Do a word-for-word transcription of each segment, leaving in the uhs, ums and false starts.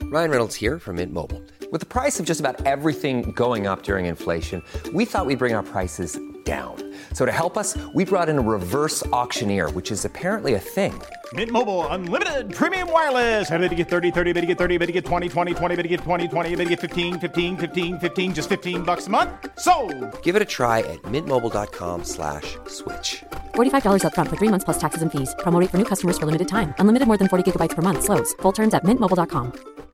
Ryan Reynolds here from Mint Mobile. With the price of just about everything going up during inflation, we thought we'd bring our prices down. So to help us, we brought in a reverse auctioneer, which is apparently a thing. Mint Mobile Unlimited Premium Wireless. How to get thirty, thirty, how to get thirty, how to get twenty, twenty, twenty, how to get twenty, twenty, how to get fifteen, fifteen, fifteen, fifteen, just fifteen bucks a month? Sold! Give it a try at mintmobile.com slash switch. forty-five dollars up front for three months plus taxes and fees. Promo rate for new customers for limited time. Unlimited more than forty gigabytes per month. Slows full terms at mint mobile dot com.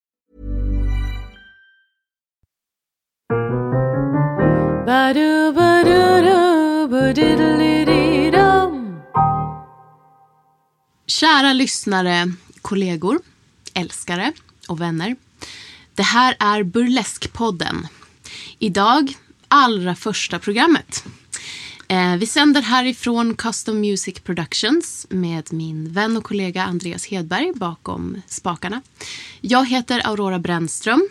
Kära lyssnare, kollegor, älskare och vänner. Det här är Burleskpodden. Idag allra första programmet. Eh, vi sänder härifrån Custom Music Productions med min vän och kollega Andreas Hedberg bakom spakarna. Jag heter Aurora Brännström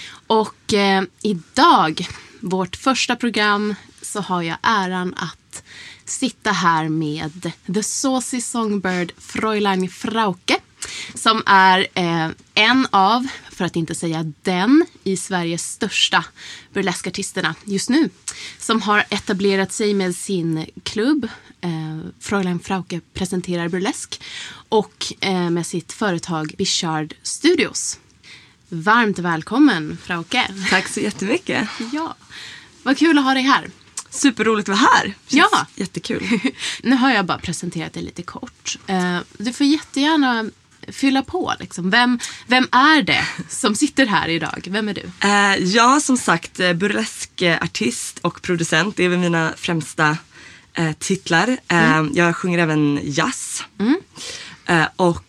och eh, idag, vårt första program, så har jag äran att sitta här med The Saucy Songbird Fräulein Frauke, som är eh, en av, för att inte säga den, i Sveriges största burleskartisterna just nu, som har etablerat sig med sin klubb eh, Fräulein Frauke presenterar burlesk och eh, med sitt företag Bichard Studios. Varmt välkommen, Frauke. Tack så jättemycket. Ja, vad kul att ha dig här. Superroligt att vara här. Känns ja. Jättekul. Nu har jag bara presenterat dig lite kort. Uh, du får jättegärna fylla på. Liksom. Vem, vem är det som sitter här idag? Vem är du? Uh, jag som sagt burleskartist och producent. Det är väl mina främsta uh, titlar. Uh, mm. Jag sjunger även jazz. Mm. Uh, och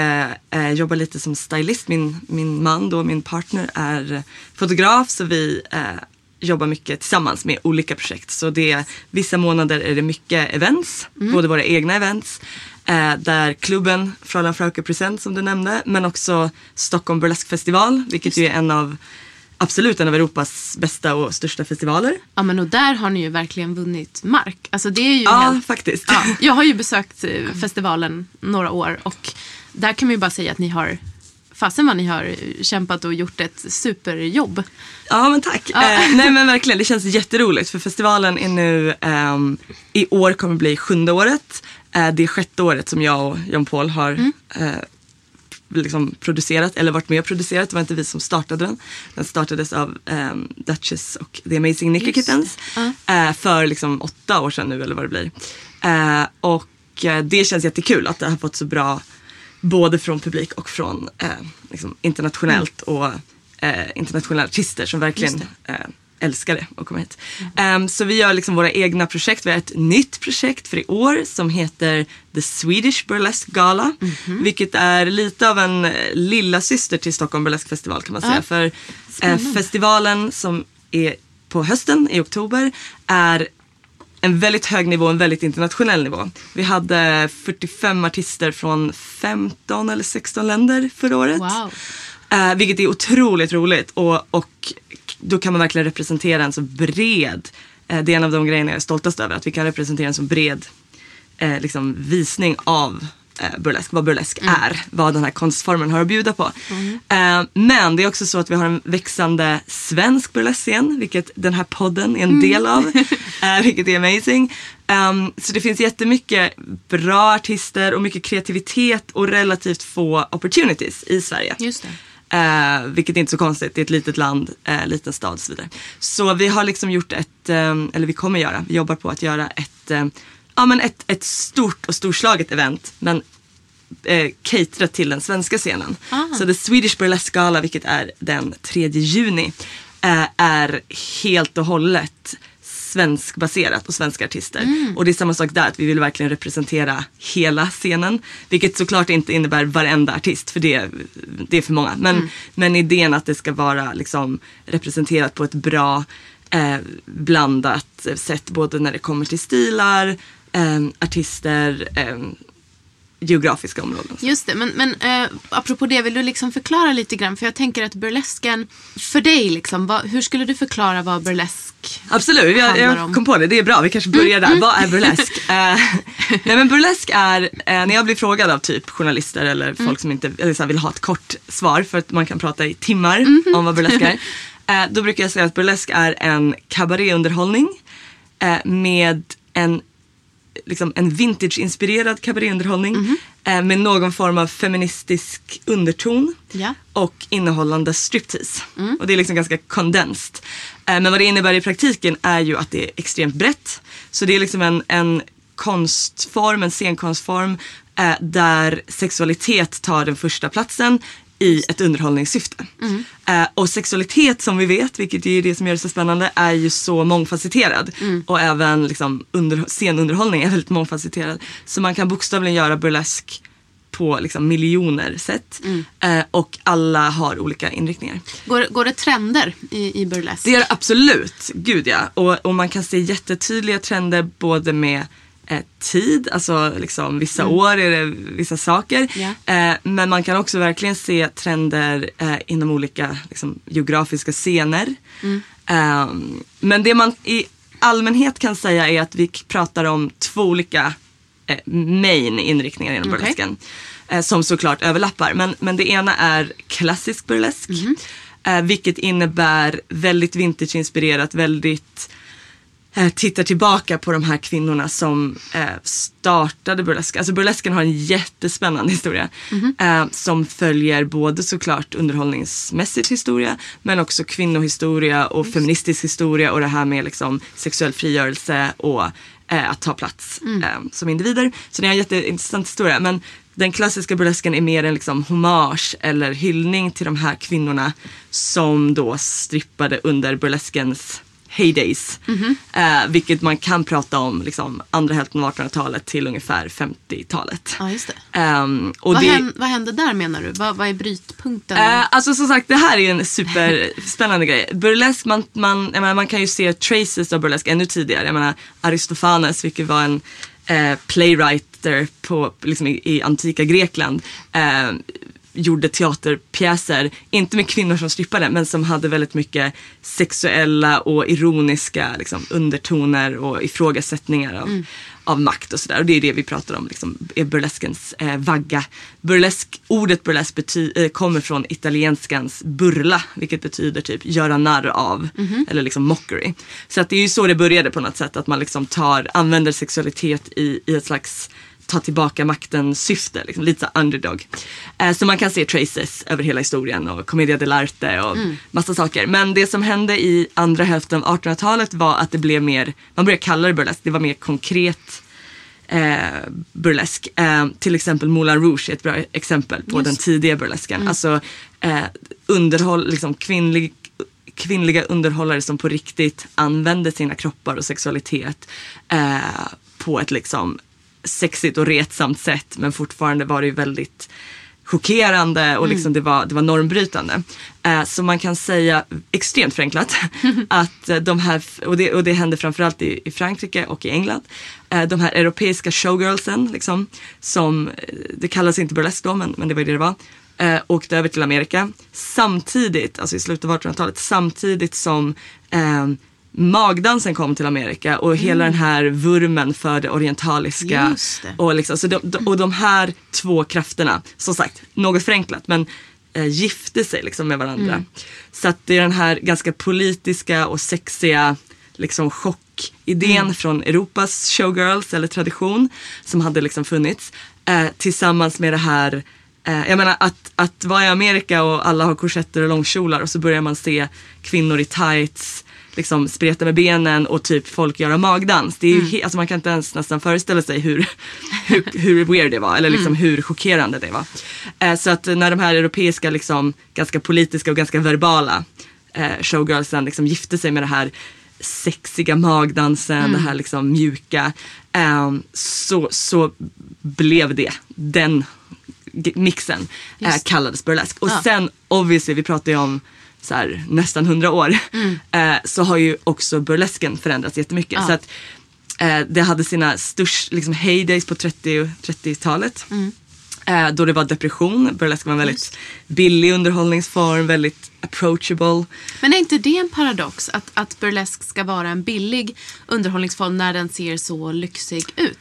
uh, jobbar lite som stylist. Min, min man då, min partner, är fotograf. Så vi... Uh, jobbar mycket tillsammans med olika projekt. Så det är, vissa månader är det mycket events, mm. både våra egna events, eh, där klubben Fräulein Frauke Present som du nämnde, men också Stockholm Burlesque Festival, vilket ju är en av, absolut en av Europas bästa och största festivaler. Ja, men och där har ni ju verkligen vunnit mark. Alltså det är ju ja, helt, faktiskt. Ja, jag har ju besökt festivalen några år och där kan man ju bara säga att ni har fasen vad ni har kämpat och gjort ett superjobb. Ja, men tack. Ja. Eh, nej, men verkligen, det känns jätteroligt. För festivalen är nu, eh, i år kommer bli sjunde året. Eh, det är sjätte året som jag och John Paul har mm. eh, liksom producerat, eller varit med och producerat. Det var inte vi som startade den. Den startades av eh, Duchess och The Amazing Nicky Kittens. Uh. Eh, för liksom åtta år sedan nu, eller vad det blir. Eh, och eh, det känns jättekul att det har fått så bra, både från publik och från eh, liksom internationellt mm. och eh, internationella artister som verkligen eh, älskar det att komma hit. Mm. Um, så vi gör liksom våra egna projekt. Vi har ett nytt projekt för i år som heter The Swedish Burlesque Gala. Mm-hmm. Vilket är lite av en lilla syster till Stockholm Burlesque Festival kan man säga. Ja. För eh, festivalen som är på hösten i oktober är en väldigt hög nivå, en väldigt internationell nivå. Vi hade fyrtiofem artister från femton eller sexton länder förra året. Wow. Uh, vilket är otroligt roligt. Och, och då kan man verkligen representera en så bred... Uh, det är en av de grejerna jag är stoltast över. Att vi kan representera en så bred uh, liksom, visning av uh, burlesk. Vad burlesk mm. är. Vad den här konstformen har att bjuda på. Mm. Uh, men det är också så att vi har en växande svensk burleskscen. Vilket den här podden är en mm. del av. uh, vilket är amazing. Um, så det finns jättemycket bra artister och mycket kreativitet och relativt få opportunities i Sverige. Just det. Uh, vilket är inte så konstigt, det är ett litet land, uh, liten stad och så vidare. Så vi har liksom gjort ett, um, eller vi kommer göra, vi jobbar på att göra ett, um, ja, men ett, ett stort och storslaget event, men uh, caterat till den svenska scenen. Aha. Så The Swedish Burlesque Gala, vilket är den tredje juni, uh, är helt och hållet svenskbaserat och svenska artister. Mm. Och det är samma sak där, att vi vill verkligen representera hela scenen. Vilket såklart inte innebär varenda artist, för det, det är för många. Men, mm. men idén att det ska vara liksom representerat på ett bra eh, blandat sätt, både när det kommer till stilar, eh, artister, eh, geografiska områden. Just det, men, men eh, apropå det, vill du liksom förklara lite grann? För jag tänker att burlesken, för dig liksom, vad, hur skulle du förklara vad burlesk Absolut, jag, jag kom på det, det är bra, vi kanske börjar där. Mm. Vad är burlesk? uh, Nej, men burlesk är, eh, när jag blir frågad av typ journalister eller folk mm. som inte eller så här, vill ha ett kort svar för att man kan prata i timmar mm-hmm. om vad burlesk är. Eh, då brukar jag säga att burlesk är en kabaréunderhållning eh, med en, liksom, en vintage-inspirerad kabaréunderhållning mm-hmm. eh, med någon form av feministisk underton ja. Och innehållande striptease. Mm. Och det är liksom ganska condensed. Eh, men vad det innebär i praktiken är ju att det är extremt brett. Så det är liksom en, en konstform, en scenkonstform eh, där sexualitet tar den första platsen i ett underhållningssyfte. Mm. Eh, och sexualitet som vi vet, vilket är det som gör det så spännande, är ju så mångfacetterad. Mm. Och även liksom under, scenunderhållning är väldigt mångfacetterad. Så man kan bokstavligen göra burlesk på liksom miljoner sätt. Mm. Eh, och alla har olika inriktningar. Går, går det trender i, i burlesk? Det gör det absolut, gud ja. Och, och man kan se jättetydliga trender både med eh, tid, alltså liksom vissa mm. år är det vissa saker. Yeah. Eh, men man kan också verkligen se trender eh, inom olika liksom, geografiska scener. Mm. Eh, men det man i allmänhet kan säga är att vi pratar om två olika eh, main inriktningar inom okay. burlesken. Eh, som såklart överlappar. Men, men det ena är klassisk burlesk. Mm. Eh, vilket innebär väldigt vintage-inspirerat, väldigt eh, tittar tillbaka på de här kvinnorna som eh, startade burlesk. Alltså burlesken har en jättespännande historia. Mm. Eh, som följer både såklart underhållningsmässigt historia, men också kvinnohistoria och mm. feministisk historia och det här med liksom sexuell frigörelse och eh, att ta plats mm. eh, som individer. Så det är en jätteintressant historia. Men den klassiska burlesken är mer en liksom hommage eller hyllning till de här kvinnorna som då strippade under burleskens heydays. Mm-hmm. Eh, vilket man kan prata om liksom, andra hälften av artonhundratalet till ungefär femtiotalet. Ja, just det. Um, och vad, det hände, vad hände där menar du? Vad, vad är brytpunkten? Eh, alltså som sagt, det här är en superspännande grej. Burlesk, man, man, jag menar, man kan ju se traces av burlesk ännu tidigare. Jag menar, Aristofanes, vilket var en eh, playwriter på, liksom, i, i antika Grekland, eh, gjorde teaterpjäser, inte med kvinnor som strippade, men som hade väldigt mycket sexuella och ironiska liksom, undertoner och ifrågasättningar av, mm. av makt och sådär. Och det är det vi pratar om, liksom, är burleskens eh, vagga. Burlesk, ordet burlesk bety- eh, kommer från italienskans burla, vilket betyder typ göra narr av, mm-hmm. eller liksom mockery. Så att det är ju så det började på något sätt, att man liksom tar, använder sexualitet i, i ett slags ta tillbaka maktens syfte, liksom, lite så underdog. Eh, så man kan se traces över hela historien och commedia dell'arte och mm. massa saker. Men det som hände i andra hälften av artonhundratalet var att det blev mer, man började kalla det burlesk, det var mer konkret eh, burlesk. Eh, till exempel Moulin Rouge är ett bra exempel på Just. den tidiga burlesken. Mm. Alltså eh, underhåll, liksom kvinnlig kvinnliga underhållare som på riktigt använde sina kroppar och sexualitet eh, på ett liksom sexigt och retsamt sätt, men fortfarande var det ju väldigt chockerande och liksom mm. det, var, det var normbrytande. Eh, så man kan säga extremt förenklat att de här, och det, och det hände framförallt i, i Frankrike och i England, eh, de här europeiska showgirlsen liksom, som, det kallas inte burlesk då, men, men det var det det var, eh, åkte över till Amerika samtidigt, alltså i slutet av artonhundratalet, samtidigt som eh, magdansen kom till Amerika och hela mm. den här vurmen för det orientaliska och, liksom, så de, och de här två krafterna, som sagt, något förenklat, men eh, gifte sig liksom med varandra. Mm. Så att det är den här ganska politiska och sexiga liksom chockidén mm. från Europas showgirls eller tradition som hade liksom funnits eh, tillsammans med det här, eh, jag menar att, att vara i Amerika och alla har korsetter och långkjolar och så börjar man se kvinnor i tights liksom spreta med benen och typ folk göra magdans. Det är ju mm. he- alltså man kan inte ens nästan föreställa sig hur, hur, hur weird det var eller liksom mm. hur chockerande det var. Eh, så att när de här europeiska liksom ganska politiska och ganska verbala eh, showgirlsen liksom gifte sig med det här sexiga magdansen, mm. det här liksom mjuka, eh, så, så blev det den mixen eh, kallades burlesk. Och ja. sen obviously, vi pratar ju om så här, nästan hundra år mm. eh, så har ju också burlesken förändrats jättemycket. Ja. Så att eh, det hade sina störst liksom, heydays på trettiotalet mm. eh, då det var depression. Burlesk var en väldigt Just. billig underhållningsform, väldigt approachable. Men är inte det en paradox att, att burlesk ska vara en billig underhållningsform när den ser så lyxig ut?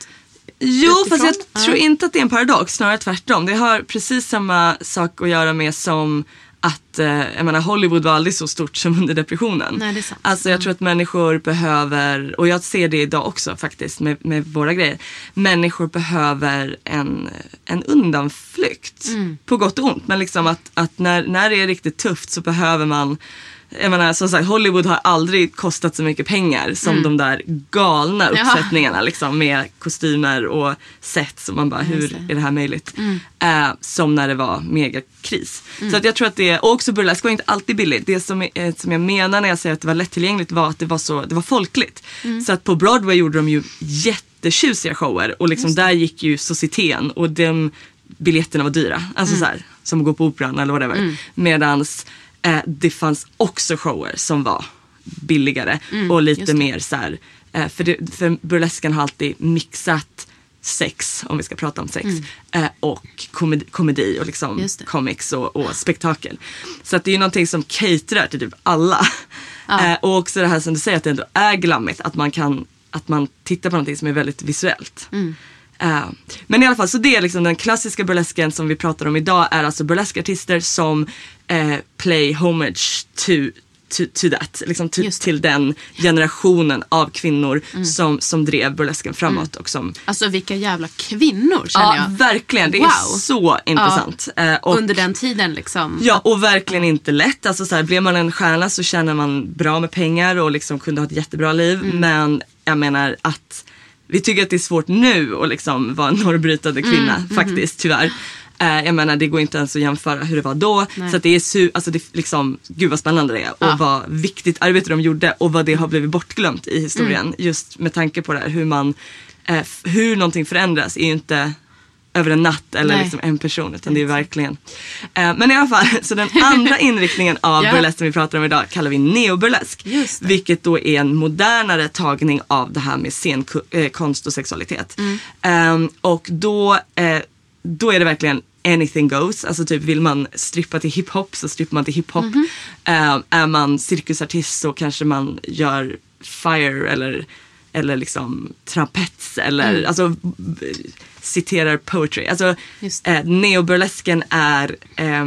Jo, utifrån? fast jag Ja. tror inte att det är en paradox, snarare tvärtom. Det har precis samma sak att göra med som att, eh, jag menar, Hollywood var aldrig så stort som under depressionen. Nej, det är sant. Alltså jag tror att människor behöver, och jag ser det idag också faktiskt med, med våra grejer. Människor behöver en, en undanflykt, Mm. på gott och ont. Men liksom att, att när, när det är riktigt tufft så behöver man, jag menar, som sagt, Hollywood har aldrig kostat så mycket pengar som Mm. de där galna Ja. uppsättningarna liksom, med kostymer och set som man bara, Just hur det. är det här möjligt? Mm. Eh, som när det var megakris. Så att jag tror att det, och också burlesk var inte alltid billigt. Det som, eh, som jag menar när jag säger att det var lättillgängligt var att det var så, det var folkligt. Mm. Så att på Broadway gjorde de ju jättetjusiga shower och liksom där gick ju societeten och de biljetterna var dyra. Alltså Mm. så här, som att gå på operan eller whatever. Medans eh, det fanns också shower som var billigare Mm, och just lite det. mer så här, eh, för, det, för burlesken har alltid mixat sex, om vi ska prata om sex, eh, och komedi, komedi och liksom Just det. comics och, och spektakel. Så att det är ju någonting som caterar till typ alla. Ja. Eh, och också det här som du säger, att det ändå är glammigt, att man kan, att man tittar på någonting som är väldigt visuellt. Mm. Eh, men i alla fall, så det är liksom den klassiska burlesken som vi pratar om idag, är alltså burleskartister som eh, play homage to To, to that, liksom to, Just det. till den generationen av kvinnor som, som drev burlesken framåt. Och som, Alltså vilka jävla kvinnor, känner ja, jag. verkligen. Det Wow. är så intressant. Eh, och, Under den tiden liksom. ja, och verkligen inte lätt. Alltså, så här, blev man en stjärna så tjänar man bra med pengar och liksom kunde ha ett jättebra liv. Mm. Men jag menar att vi tycker att det är svårt nu att liksom vara en norrbrytande kvinna, Mm, faktiskt, tyvärr. Eh, jag menar, det går inte ens att jämföra hur det var då. Nej. Så att det är su- alltså det är liksom, gud vad spännande det är. Och Ja. vad viktigt arbete de gjorde och vad det har blivit bortglömt i historien. Mm. Just med tanke på det här, hur man, eh, f- hur någonting förändras är ju inte över en natt eller Nej. liksom en person, utan det är verkligen. Eh, men i alla fall, så den andra inriktningen av Ja. burlesk som vi pratar om idag kallar vi neoburlesk. Just det. Vilket då är en modernare tagning av det här med scenkonst och sexualitet. Mm. Eh, och då, eh, då är det verkligen anything goes. Alltså typ, vill man strippa till hiphop så strippar man till hiphop. Mhm. Eh, är man cirkusartist så kanske man gör fire eller, eller liksom trapets eller Mm. alltså b- citerar poetry. Alltså Just det. eh, neoburlesken är eh,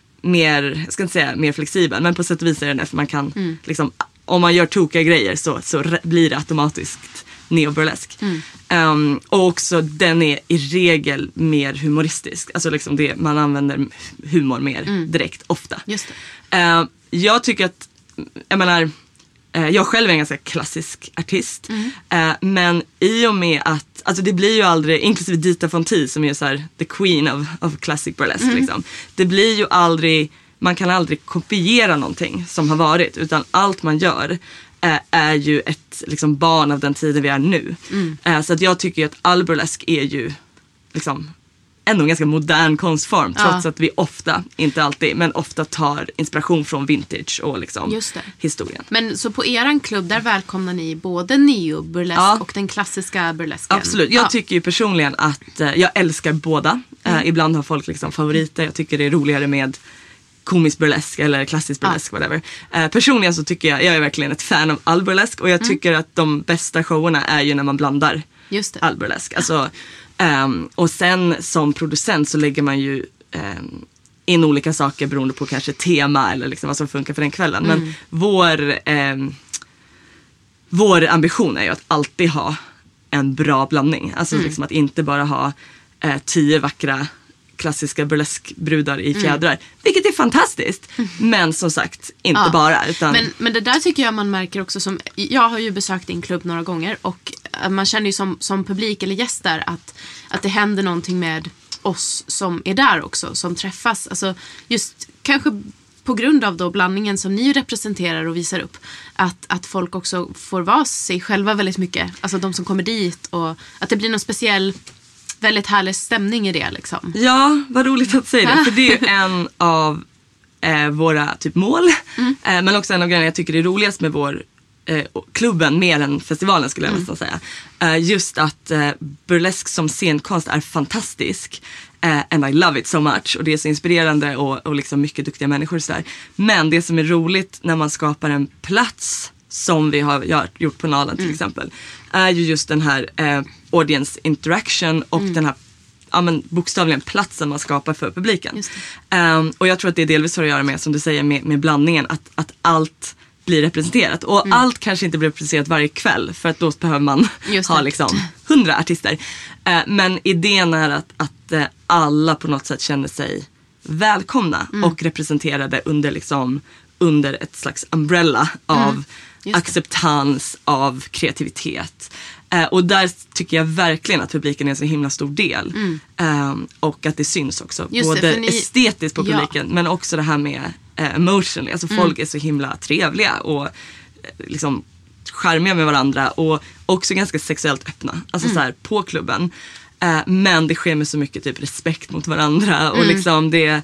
mer, jag ska inte säga mer flexibel, men på sätt och vis är den det, för man kan Mm. liksom, om man gör tokiga grejer så, så re- blir det automatiskt neoburlesk. Mm. Um, och också den är i regel mer humoristisk. Alltså liksom det, man använder humor mer direkt, ofta. Mm. Just det. Uh, jag tycker att, jag menar, uh, jag själv är en ganska klassisk artist. Mm. Uh, men i och med att, alltså det blir ju aldrig, inklusive Dita Von Teese som är så här, the queen of, of classic burlesque Mm. liksom. Det blir ju aldrig, man kan aldrig kopiera någonting som har varit, utan allt man gör eh, är ju ett liksom, barn av den tiden vi är nu. Mm. Eh, så att jag tycker ju att all burlesk är ju liksom ändå en ganska modern konstform, trots Ja. att vi ofta, inte alltid, men ofta tar inspiration från vintage och liksom Just det. historien. Men så på eran klubb, där välkomnar ni både neo-burlesk Ja. och den klassiska burlesken? Absolut, jag Ja. tycker ju personligen att eh, jag älskar båda. Eh, ibland har folk liksom favoriter, jag tycker det är roligare med komisk burlesk eller klassisk burlesk, whatever. Eh, personligen så tycker jag, jag är verkligen ett fan av all burlesk och jag tycker att de bästa showerna är ju när man blandar Just det. all burlesk. Alltså, ehm, och sen som producent så lägger man ju ehm, in olika saker beroende på kanske tema eller liksom vad som funkar för den kvällen. Men vår, ehm, vår ambition är ju att alltid ha en bra blandning. Alltså liksom att inte bara ha eh, tio vackra klassiska burleskbrudar i fjädrar. Vilket är fantastiskt. Men som sagt, inte Ja. bara. Utan, Men, men det där tycker jag man märker också som, jag har ju besökt din klubb några gånger och eh, man känner ju som, som publik eller gäst där att, att det händer någonting med oss som är där också, som träffas. Alltså just kanske på grund av då blandningen som ni representerar och visar upp, att, att folk också får vara sig själva väldigt mycket. Alltså de som kommer dit, och att det blir någon speciell, väldigt härlig stämning i det liksom. Ja, vad roligt att säga det. För det är ju en av eh, våra typ mål. Mm. Eh, men också en av grejerna jag tycker är roligast med vår eh, klubben, mer än festivalen skulle jag Mm. nästan säga. Eh, just att eh, burlesk som scenkonst är fantastisk. Eh, and I love it so much. Och det är så inspirerande och, och liksom mycket duktiga människor och sådär. Men det som är roligt när man skapar en plats som vi har gjort, gjort på Nalen till mm. exempel, är ju just den här eh, audience interaction och mm. den här ja, men, bokstavligen platsen man skapar för publiken. Um, och jag tror att det delvis har att göra med, som du säger, med, med blandningen, att, att allt blir representerat. Och mm. allt kanske inte blir representerat varje kväll, för att då behöver man ha liksom hundra artister. Uh, men idén är att, att uh, alla på något sätt känner sig välkomna mm. och representerade under, liksom, under ett slags umbrella av mm. acceptans, av kreativitet. Uh, och där tycker jag verkligen att publiken är en så himla stor del. Mm. Um, och att det syns också. Just både det, ni... estetiskt på publiken, ja. men också det här med uh, emotionally. Alltså mm. folk är så himla trevliga och uh, liksom charmiga med varandra. Och också ganska sexuellt öppna. Alltså mm. så här, på klubben. Uh, men det sker med så mycket typ respekt mot varandra. Och mm. liksom det,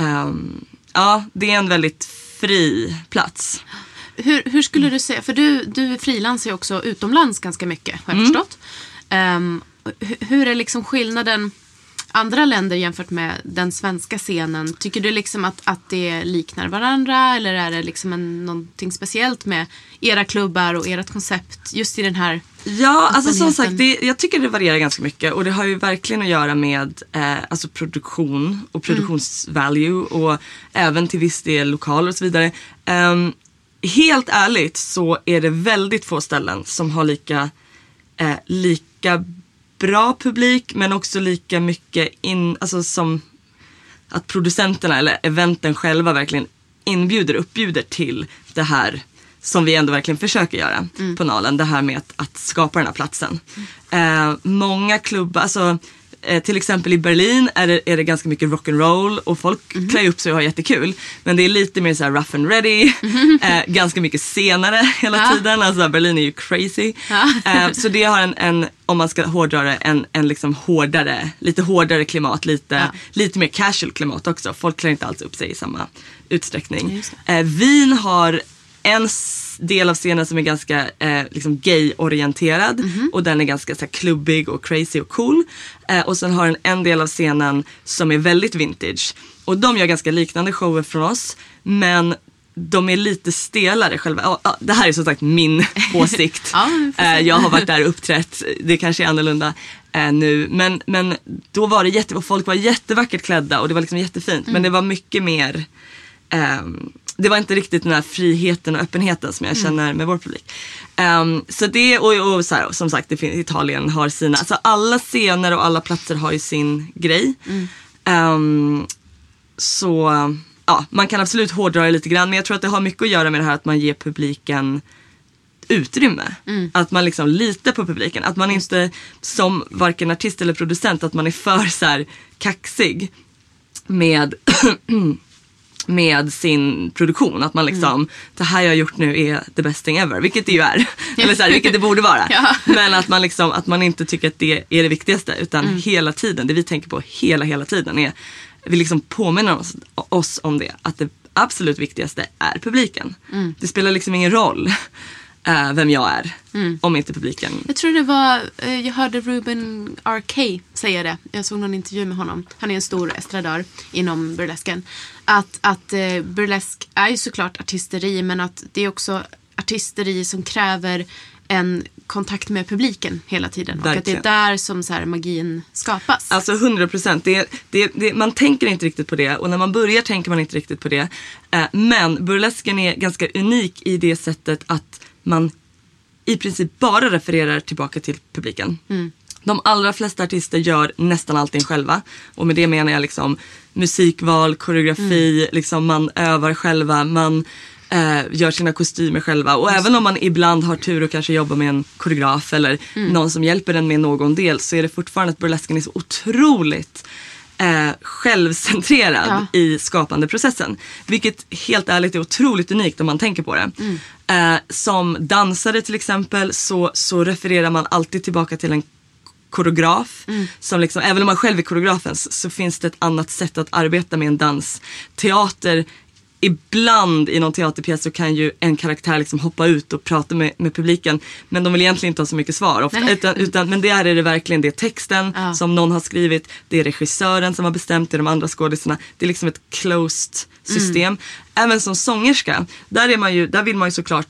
um, ja, det är en väldigt fri plats. Hur, hur skulle du säga, för du, du frilansar ju också utomlands ganska mycket, har jag mm. förstått. Um, hur är liksom skillnaden andra länder jämfört med den svenska scenen? Tycker du liksom att, att det liknar varandra, eller är det liksom en, någonting speciellt med era klubbar och ert koncept just i den här? Ja, alltså som sagt, det, jag tycker det varierar ganska mycket, och det har ju verkligen att göra med eh, alltså produktion och produktionsvalue mm. och även till viss del lokaler och så vidare. Um, Helt ärligt så är det väldigt få ställen som har lika, eh, lika bra publik, men också lika mycket in, alltså som att producenterna eller eventen själva verkligen inbjuder, uppbjuder till det här som vi ändå verkligen försöker göra mm. på Nalen. Det här med att, att skapa den här platsen. Mm. Eh, många klubbar, alltså Eh, till exempel i Berlin är det, är det ganska mycket rock'n'roll och folk mm. klär upp sig och har jättekul. Men det är lite mer så här rough and ready. Mm. Eh, ganska mycket senare hela ja. tiden. Alltså Berlin är ju crazy. Ja. Eh, så det har en, en, om man ska hårdra det, en, en liksom hårdare, lite hårdare klimat. Lite, ja. lite mer casual klimat också. Folk klär inte alls upp sig i samma utsträckning. Eh, Wien har en del av scenen som är ganska eh, liksom gay-orienterad mm-hmm. och den är ganska så här, klubbig och crazy och cool. Eh, och sen har den en del av scenen som är väldigt vintage. Och de gör ganska liknande shower från oss, men de är lite stelare själva. Oh, oh, det här är som sagt min åsikt. ja, eh, jag har varit där och uppträtt. Det kanske är annorlunda eh, nu. Men, men då var det jätte... Och folk var jättevackert klädda och det var liksom jättefint. Mm. Men det var mycket mer... Eh, det var inte riktigt den här friheten och öppenheten som jag mm. känner med vår publik. Um, så det, och, och så här, som sagt, det finns, Italien har sina... Alltså alla scener och alla platser har ju sin grej. Mm. Um, så... Ja, man kan absolut hårdra det lite grann, men jag tror att det har mycket att göra med det här att man ger publiken utrymme. Mm. Att man liksom litar på publiken. Att man inte som varken artist eller producent, att man är för så här kaxig med, med sin produktion. Att man liksom, mm. det här jag har gjort nu är the best thing ever. Vilket det ju är. Eller så här, vilket det borde vara. Ja. Men att man liksom, att man inte tycker att det är det viktigaste. Utan mm. hela tiden, det vi tänker på hela, hela tiden är... Vi liksom påminner oss, oss om det. Att det absolut viktigaste är publiken. Mm. Det spelar liksom ingen roll uh, vem jag är. Mm. Om inte publiken. Jag tror det var, uh, jag hörde Ruben R K säga det. Jag såg någon intervju med honom. Han är en stor estradör inom burlesken. Att, att uh, burlesk är ju såklart artisteri. Men att det är också artisteri som kräver en kontakt med publiken hela tiden. Verkligen. Och att det är där som så här magin skapas. Alltså hundra procent. Det, det, det, man tänker inte riktigt på det. Och när man börjar tänker man inte riktigt på det. Eh, men burlesken är ganska unik i det sättet att man i princip bara refererar tillbaka till publiken. Mm. De allra flesta artister gör nästan allting själva. Och med det menar jag liksom musikval, koreografi, mm. liksom man övar själva, man Uh, gör sina kostymer själva. Och Just. även om man ibland har tur och kanske jobbar med en koreograf eller mm. någon som hjälper den med någon del, så är det fortfarande att burlesken är så otroligt uh, självcentrerad ja. i skapandeprocessen. Vilket helt ärligt är otroligt unikt om man tänker på det. Mm. Uh, som dansare till exempel så, så refererar man alltid tillbaka till en koreograf. Mm. Som liksom, även om man själv är koreografen så, så finns det ett annat sätt att arbeta med en dans. Teater, ibland i någon teaterpjäs så kan ju en karaktär liksom hoppa ut och prata med, med publiken. Men de vill egentligen inte ha så mycket svar. Ofta, utan, utan, men det är det verkligen. Det är texten ja. som någon har skrivit. Det är regissören som har bestämt. Det är de andra skådespelarna. Det är liksom ett closed system. Mm. Även som sångerska. Där, är man ju, där vill man ju såklart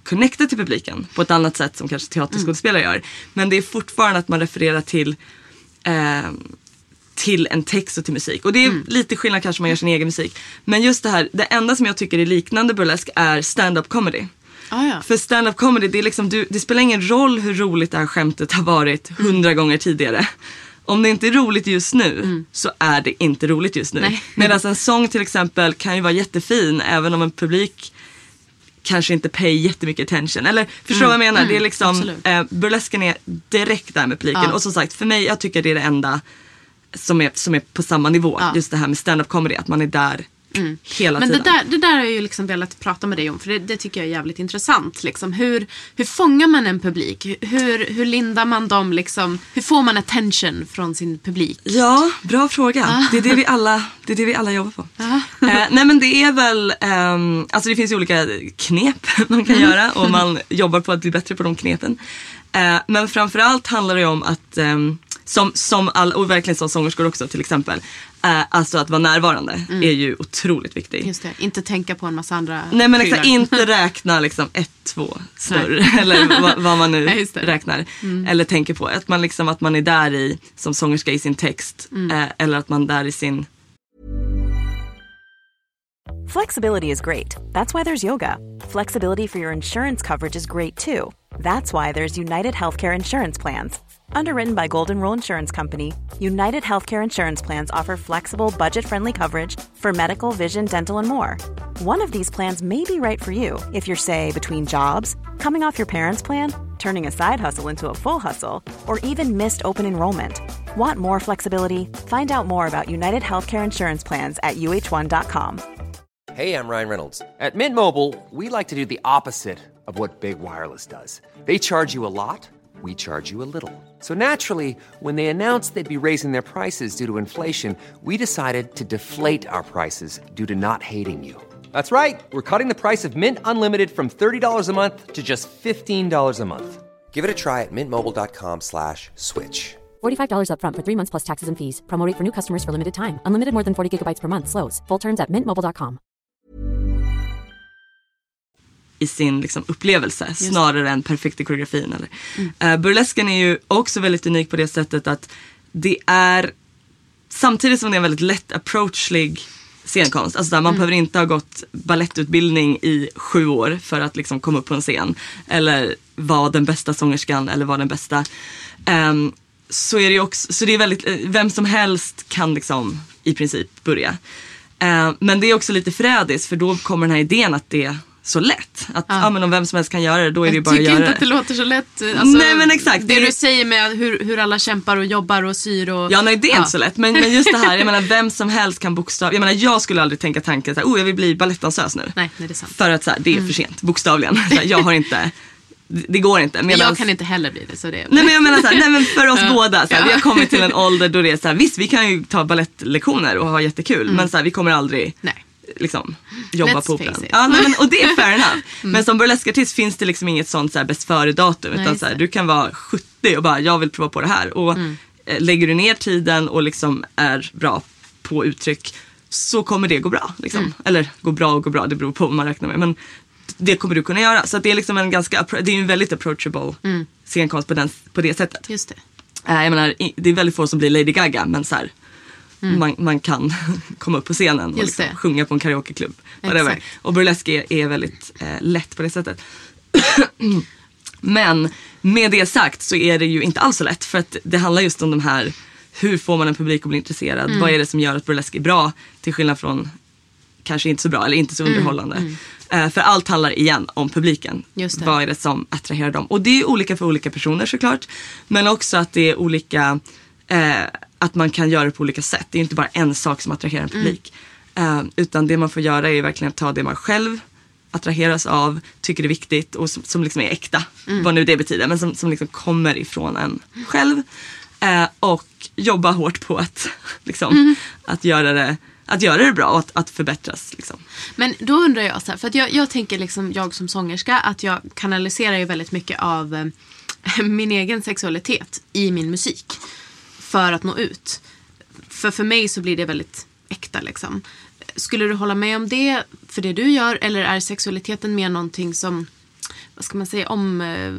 connecta till publiken på ett annat sätt som kanske teaterskådespelare mm. gör. Men det är fortfarande att man refererar till eh, till en text och till musik. Och det är mm. lite skillnad kanske man gör sin egen musik. Men just det här, det enda som jag tycker är liknande burlesk är stand-up comedy. Ah, ja. För stand-up comedy, det, är liksom, du, det spelar ingen roll hur roligt det här skämtet har varit hundra mm. gånger tidigare. Om det inte är roligt just nu mm. så är det inte roligt just nu. Medan en sång till exempel kan ju vara jättefin även om en publik kanske inte pay jättemycket attention. Eller förstår mm. vad jag menar? Mm. Det är liksom, eh, burlesken är direkt där med publiken. Ja. Och som sagt, för mig, jag tycker det är det enda som är, som är på samma nivå. Ja. Just det här med stand-up comedy, att man är där mm. hela Men tiden. Men det där, det där har jag ju liksom velat prata med dig om. För det, det tycker jag är jävligt intressant. Liksom. Hur, hur fångar man en publik? Hur, hur lindar man dem? Liksom? Hur får man attention från sin publik? Ja, bra fråga. Ah. Det, är det, vi alla, det är det vi alla jobbar på. Ah. eh, nej men det är väl... Um, alltså det finns ju olika knep man kan mm. göra. Och man jobbar på att bli bättre på de knepen. Eh, men framförallt handlar det om att... Um, Som, som all, och verkligen som sångerskor också till exempel. Eh, alltså att vara närvarande mm. är ju otroligt viktigt. Just det, inte tänka på en massa andra. Nej men exakt, inte räkna liksom ett, två snurr. Eller vad, vad man nu Nej, räknar. Mm. Eller tänker på. Att man, liksom, att man är där i, som sångerska i sin text. Mm. Eh, eller att man är där i sin... Flexibility is great. That's why there's yoga. Flexibility for your insurance coverage is great too. That's why there's United Healthcare Insurance Plans. Underwritten by Golden Rule Insurance Company, United Healthcare Insurance Plans offer flexible, budget-friendly coverage for medical, vision, dental, and more. One of these plans may be right for you if you're, say, between jobs, coming off your parents' plan, turning a side hustle into a full hustle, or even missed open enrollment. Want more flexibility? Find out more about United Healthcare Insurance Plans at U H one dot com. Hey, I'm Ryan Reynolds. At Mint Mobile, we like to do the opposite of what Big Wireless does. They charge you a lot. We charge you a little. So naturally, when they announced they'd be raising their prices due to inflation, we decided to deflate our prices due to not hating you. That's right. We're cutting the price of Mint Unlimited from thirty dollars a month to just fifteen dollars a month. Give it a try at mintmobile.com slash switch. forty-five dollars up front for three months plus taxes and fees. Promo rate for new customers for limited time. Unlimited more than forty gigabytes per month. Slows full terms at mint mobile dot com. I sin liksom, upplevelse snarare än perfekta koreografin. Eller. Mm. Uh, burlesken är ju också väldigt unik på det sättet att det är samtidigt som det är en väldigt lätt approachlig scenkonst. Alltså där man mm. behöver inte ha gått ballettutbildning i sju år för att liksom, komma upp på en scen. Eller vara den bästa sångerskan eller vara den bästa. Um, så är det också, så det är väldigt, vem som helst kan liksom i princip börja. Uh, men det är också lite frädis för då kommer den här idén att det så lätt. Att ja. Ja, men om vem som helst kan göra det, då är jag det ju bara att göra det. Jag tycker inte att det låter så lätt. Alltså, nej men exakt. Det, det du säger med hur, hur alla kämpar och jobbar och syr och... Ja nej det är ja. inte så lätt. Men, men just det här, jag menar vem som helst kan bokstav... Jag menar jag skulle aldrig tänka tanken så här, oh jag vill bli balettdansös nu. Nej, nej det är sant. För att så här, det är mm. för sent, bokstavligen. Så här, jag har inte... Det går inte. Medans... Jag kan inte heller bli det. Så det... Nej men jag menar så här, nej men för oss båda. Så här, ja. Vi har kommit till en ålder då det är så här, visst vi kan ju ta ballettlektioner och ha jättekul. Mm. Men så här, vi kommer aldrig... Nej. Liksom jobba Let's på operan. Ja, nej, men, och det är fair enough. Mm. Men som burleskartist finns det liksom inget sånt så här bäst före datum. Utan så här, du kan vara sjuttio och bara, jag vill prova på det här. Och mm. eh, lägger du ner tiden och liksom är bra på uttryck så kommer det gå bra. Liksom. Mm. Eller gå bra och gå bra, det beror på vad man räknar med. Men det kommer du kunna göra. Så att det är liksom en ganska, det är en väldigt approachable mm. scenkonst på, den, på det sättet. Just det. Eh, jag menar, det är väldigt få som blir Lady Gaga, men så här... Mm. Man, man kan komma upp på scenen och liksom sjunga på en karaokeklubb. Och burlesk är, är väldigt eh, lätt på det sättet. Men med det sagt så är det ju inte alls så lätt. För att det handlar just om de här, hur får man en publik att bli intresserad? Mm. Vad är det som gör att burlesk är bra? Till skillnad från kanske inte så bra eller inte så underhållande. Mm. Mm. Eh, för allt handlar igen om publiken. Vad är det som attraherar dem? Och det är olika för olika personer såklart. Men också att det är olika... Eh, att man kan göra det på olika sätt. Det är inte bara en sak som attraherar en publik. Mm. Uh, utan det man får göra är verkligen att ta det man själv attraheras av, tycker det är viktigt och som, som liksom är äkta. Mm. Vad nu det betyder. Men som, som liksom kommer ifrån en själv. Uh, och jobba hårt på att, liksom, mm. att, göra, det, att göra det bra och att, att förbättras. Liksom. Men då undrar jag så här, för att jag, jag tänker liksom, jag som sångerska att jag kanaliserar ju väldigt mycket av eh, min egen sexualitet i min musik. För att nå ut. För för mig så blir det väldigt äkta liksom. Skulle du hålla med om det för det du gör? Eller är sexualiteten mer någonting som... vad ska man säga, om eh,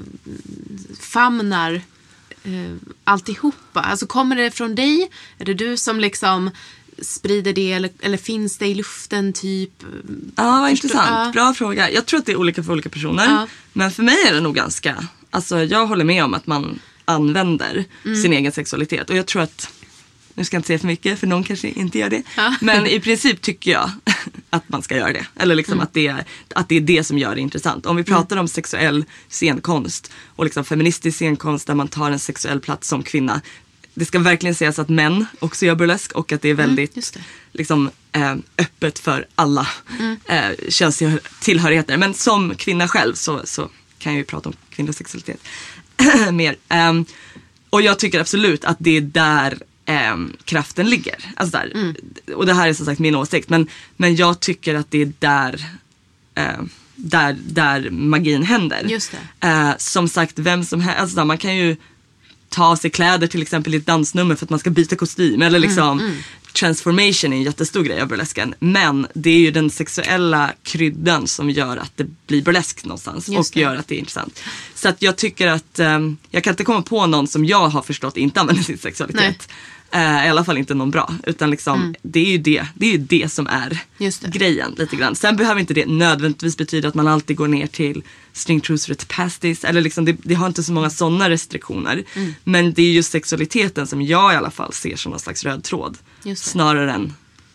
famnar eh, alltihopa. Alltså kommer det från dig? Är det du som liksom sprider det eller, eller finns det i luften typ? Ja, vad Förstå- intressant. ja. Bra fråga. Jag tror att det är olika för olika personer. Ja. Men för mig är det nog ganska, alltså jag håller med om att man använder Mm. sin egen sexualitet. Och jag tror att, nu ska jag inte säga för mycket för någon kanske inte gör det. Ja. Men i princip tycker jag att man ska göra det. Eller liksom Mm. att, det är, att det är det som gör det intressant. Om vi pratar om sexuell scenkonst och liksom feministisk scenkonst där man tar en sexuell plats som kvinna. Det ska verkligen sägas att män också gör burlesk och att det är väldigt just det. liksom, eh, öppet för alla Mm. eh, könstillhörigheter. Men som kvinna själv så, så kan jag ju prata om kvinnlig sexualitet mer. Um, och jag tycker absolut att det är där um, kraften ligger. Alltså där. Mm. Och det här är som sagt min åsikt. Men, men jag tycker att det är där, uh, där, där magin händer. Just det. Uh, som sagt, vem som helst. Alltså, man kan ju ta av sig kläder till exempel i ett dansnummer för att man ska byta kostym. Eller liksom Mm, transformation är en jättestor grej av burlesken. Men det är ju den sexuella kryddan som gör att det blir burlesk någonstans. Just och det. gör att det är intressant. Så att jag tycker att um, jag kan inte komma på någon som jag har förstått inte använder sin sexualitet. Uh, I alla fall inte någon bra. Utan liksom, Mm. det är ju det, det är ju det som är Just det. grejen lite grann. Sen behöver inte det nödvändigtvis betyda att man alltid går ner till stringtrosor och pasties. Eller liksom, det, det har inte så många sådana restriktioner. Mm. Men det är just sexualiteten som jag i alla fall ser som någon slags röd tråd. Just det. Snarare än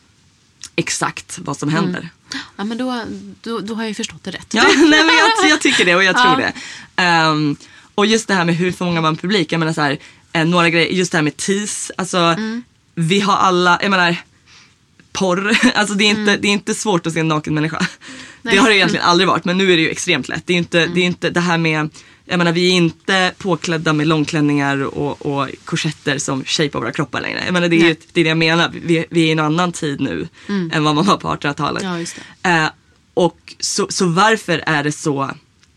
exakt vad som händer. Ja, men då, då, då har jag ju förstått det rätt. Ja, nej, men jag, jag tycker det och jag tror Ja. det. Um, och just det här med hur fångar man publik. Jag menar så här, eh, några grejer, just det här med tease. Alltså, Mm. vi har alla, jag menar, porr. Alltså det är inte, det är inte svårt att se en naken människa. Nej. Det har det egentligen aldrig varit, men nu är det ju extremt lätt. Det är inte, det är inte det här med, jag menar, vi är inte påklädda med långklänningar och, och korsetter som shape av våra kroppar längre. Jag menar, det är ju Nej. det, är det jag menar. Vi, vi är i en annan tid nu än vad man var på artonhundratalet. Ja, just det. Eh, och så, så varför är det så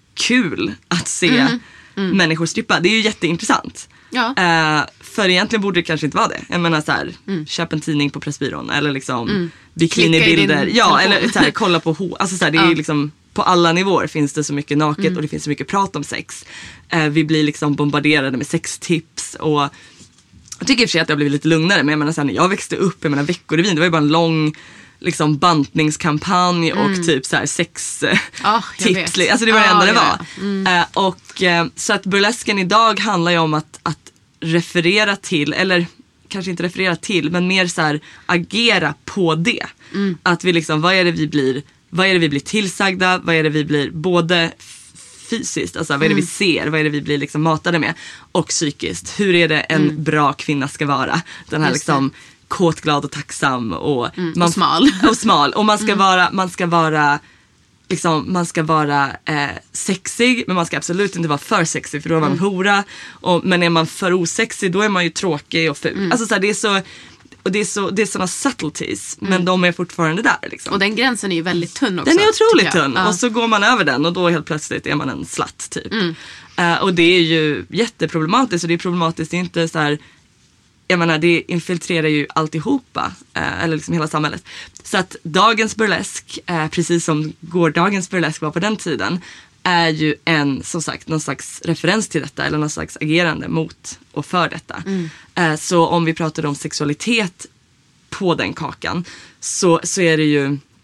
kul att se Mm. människor strippa? Det är ju jätteintressant. Ja. Eh, för egentligen borde det kanske inte vara det. Jag menar så här, köp en tidning på Pressbyrån eller liksom Mm. bikinibilder. Klicka i din Ja, telefon. eller så här, kolla på hår. Alltså så här, det är Ja. ju liksom, på alla nivåer finns det så mycket naket Mm. och det finns så mycket prat om sex. Eh, vi blir liksom bombarderade med sextips och jag tycker i och för sig att det har blivit lite lugnare, men jag menar så här, när jag växte upp, jag menar Veckorevyn, det var ju bara en lång liksom bantningskampanj och typ så här sex eh, Mm. Ja, jag tips. vet. Alltså det var det Ja, enda det ja, var. ja. Mm. Eh, och eh, så att burlesken idag handlar ju om att, att referera till, eller kanske inte referera till, men mer så här agera på det. Mm. Att vi liksom, vad är det vi blir, vad är det vi blir tillsagda, vad är det vi blir både fysiskt, alltså vad är det vi ser, vad är det vi blir liksom matade med, och psykiskt. Hur är det en bra kvinna ska vara? Den här Just det. liksom kåt, glad och tacksam och, och smal. Och smal. Och man ska vara, man ska vara liksom, man ska vara eh, sexig, men man ska absolut inte vara för sexig, för då är man en hora. Och, men är man för osexig, då är man ju tråkig och ful. Alltså så här, det är så, och det är så, det är såna subtleties, men de är fortfarande där liksom. Och den gränsen är ju väldigt tunn också. Den är otroligt tycker jag. tunn. Ja. Och så går man över den och då helt plötsligt är man en slatt typ. Mm. Eh, och det är ju jätteproblematiskt. Och det är problematiskt, det är inte så här, jag menar, det infiltrerar ju alltihopa. Eh, eller liksom hela samhället. Så att dagens burlesk, eh, precis som gårdagens burlesk var på den tiden, är ju en, som sagt, någon slags referens till detta. Eller någon slags agerande mot och för detta. Mm. Eh, så om vi pratar om sexualitet på den kakan, så, så är det ju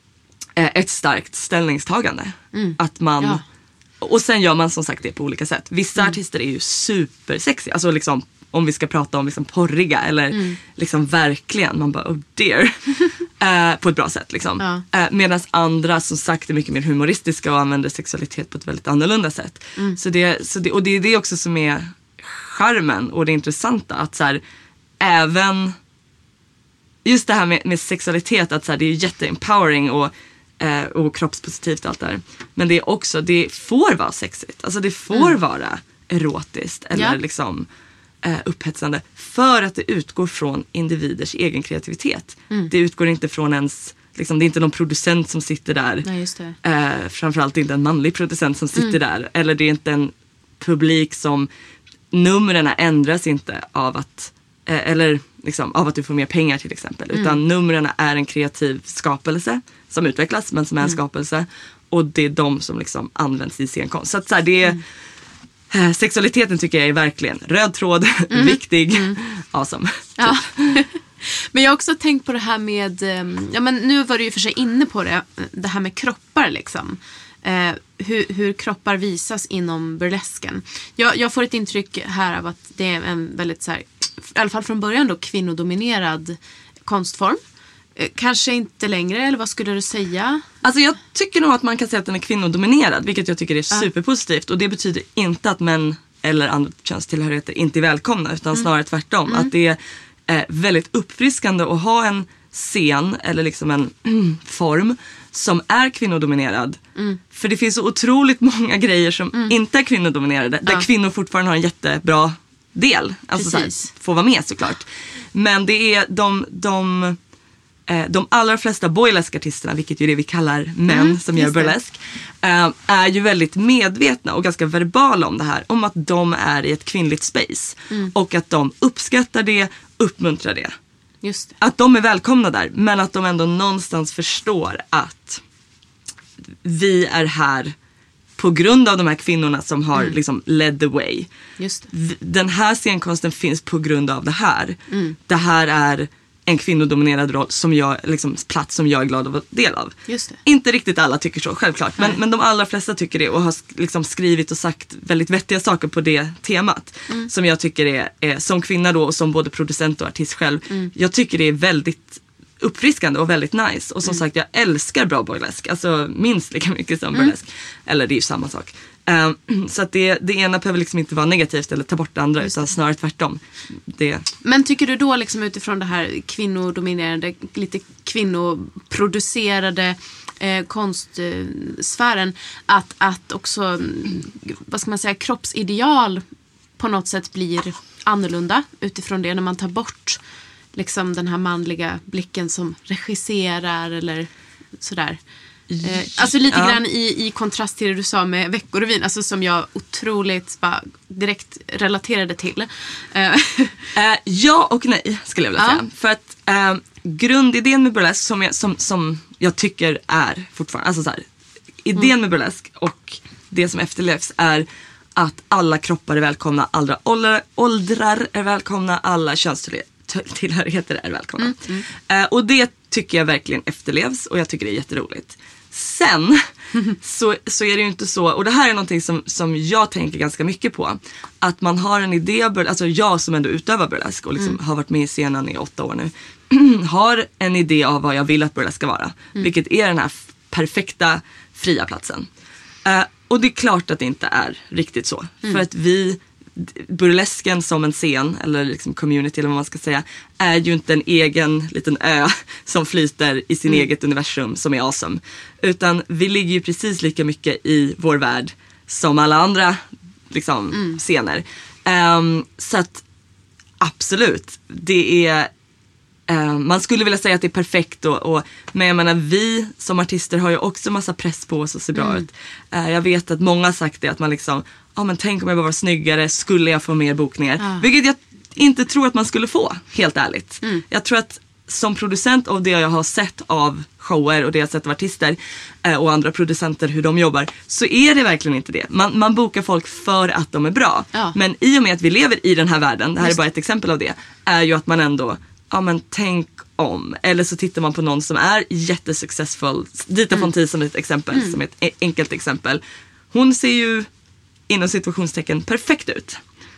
eh, ett starkt ställningstagande. Att man, Ja. och sen gör man som sagt det på olika sätt. Vissa artister är ju supersexiga, alltså liksom, om vi ska prata om liksom porriga eller liksom verkligen, man bara oh dear. eh, på ett bra sätt liksom. Ja. Eh, Medan andra som sagt är mycket mer humoristiska och använder sexualitet på ett väldigt annorlunda sätt. Så det, så det, och det är det också som är charmen och det intressanta, att så här, även just det här med, med sexualitet, att så här, det är jätteempowering och, eh, och kroppspositivt och allt det där. Men det är också, det får vara sexigt. Alltså det får vara erotiskt eller Ja. liksom eh, upphetsande. För att det utgår från individers egen kreativitet. Det utgår inte från ens, liksom, det är inte någon producent som sitter där. Nej, just det. Eh, framförallt inte en manlig producent som sitter där. Eller det är inte en publik som, numren ändras inte av att eh, eller liksom, av att du får mer pengar till exempel. Utan numren är en kreativ skapelse som utvecklas, men som är en skapelse. och det är de som liksom används i scenkonst. Så att så här, det är, mm. eh, sexualiteten tycker jag är verkligen röd tråd, mm. viktig, mm. awesome. Ja. Men jag har också tänkt på det här med, ja men nu var du ju för sig inne på det, det här med kroppar liksom. Eh, hur, hur kroppar visas inom burlesken. Jag, jag får ett intryck här av att det är en väldigt så här, i alla fall från början då, kvinnodominerad konstform. Eh, kanske inte längre, eller vad skulle du säga? Alltså jag tycker nog att man kan säga att den är kvinnodominerad, vilket jag tycker är superpositivt. Och det betyder inte att män eller andra könstillhörigheter inte är välkomna, utan mm. snarare tvärtom. Mm. Att det är eh, väldigt uppfriskande att ha en scen eller liksom en mm, form som är kvinnodominerad. Mm. För det finns så otroligt många grejer som mm. inte är kvinnodominerade. Där ja. kvinnor fortfarande har en jättebra del. Alltså så här, får vara med såklart. Men det är de, de, eh, de allra flesta boylesque-artisterna, vilket ju är det vi kallar män mm, som gör burlesk, eh, är ju väldigt medvetna och ganska verbala om det här. Om att de är i ett kvinnligt space. Mm. Och att de uppskattar det, uppmuntrar det. Just det. Att de är välkomna där, men att de ändå någonstans förstår att vi är här på grund av de här kvinnorna som har mm. liksom led the way. Just det. Den här scenkonsten finns på grund av det här. Mm. Det här är en kvinnodominerad roll som jag, liksom, plats som jag är glad att vara del av. Just det. Inte riktigt alla tycker så, självklart. Men, men de allra flesta tycker det och har liksom skrivit och sagt väldigt vettiga saker på det temat. Mm. Som jag tycker är, är, som kvinna då och som både producent och artist själv, mm. jag tycker det är väldigt uppfriskande och väldigt nice. Och som mm. sagt, jag älskar bra burlesk. Alltså minst lika mycket som mm. burlesk. Eller det är ju samma sak. Um, så att det, det ena behöver liksom inte vara negativt eller ta bort det andra, utan snarare tvärtom. Det... Men tycker du då liksom utifrån det här kvinnodominerade, lite kvinnoproducerade eh, konstsfären att, att också, vad ska man säga, kroppsideal på något sätt blir annorlunda utifrån det när man tar bort liksom den här manliga blicken som regisserar eller sådär. Eh, alltså lite ja. grann i, i kontrast till det du sa med Veckorevyn, alltså som jag otroligt bara, direkt relaterade till. Eh. Eh, ja och nej skulle jag vilja ja. säga. För att eh, grundidén med burlesk som jag, som, som jag tycker är fortfarande, alltså så här, idén mm. med burlesk och det som efterlevs är att alla kroppar är välkomna, alla åldrar, åldrar är välkomna, alla könstillhörigheter är välkomna. Mm. Mm. Eh, och det tycker jag verkligen efterlevs och jag tycker det är jätteroligt. Sen så, så är det ju inte så, och det här är någonting som, som jag tänker ganska mycket på, att man har en idé, alltså jag som ändå utövar burlesk och liksom mm. har varit med i scenen i åtta år nu, har en idé av vad jag vill att burlesk ska vara, mm. vilket är den här f- perfekta fria platsen. Uh, och det är klart att det inte är riktigt så, mm. för att vi burlesken som en scen eller liksom community eller vad man ska säga är ju inte en egen liten ö som flyter i sin mm. eget universum som är awesome, utan vi ligger ju precis lika mycket i vår värld som alla andra liksom mm. scener. Um, så att absolut, det är uh, man skulle vilja säga att det är perfekt och, och, men jag menar vi som artister har ju också massa press på oss och ser bra mm. ut. Uh, jag vet att många har sagt det, att man liksom ja ah, men tänk om jag bara var snyggare, skulle jag få mer bokningar? Ah. Vilket jag inte tror att man skulle få, helt ärligt. Mm. Jag tror att som producent av det jag har sett av shower och det jag har sett av artister eh, och andra producenter hur de jobbar, så är det verkligen inte det. Man, man bokar folk för att de är bra. Ja. Men i och med att vi lever i den här världen, det här Just. är bara ett exempel av det, är ju att man ändå, ja men tänk om. Eller så tittar man på någon som är jättesuccessful. Dita mm. Fonti som ett exempel, mm. som ett enkelt exempel. Hon ser ju inom situationstecken perfekt ut.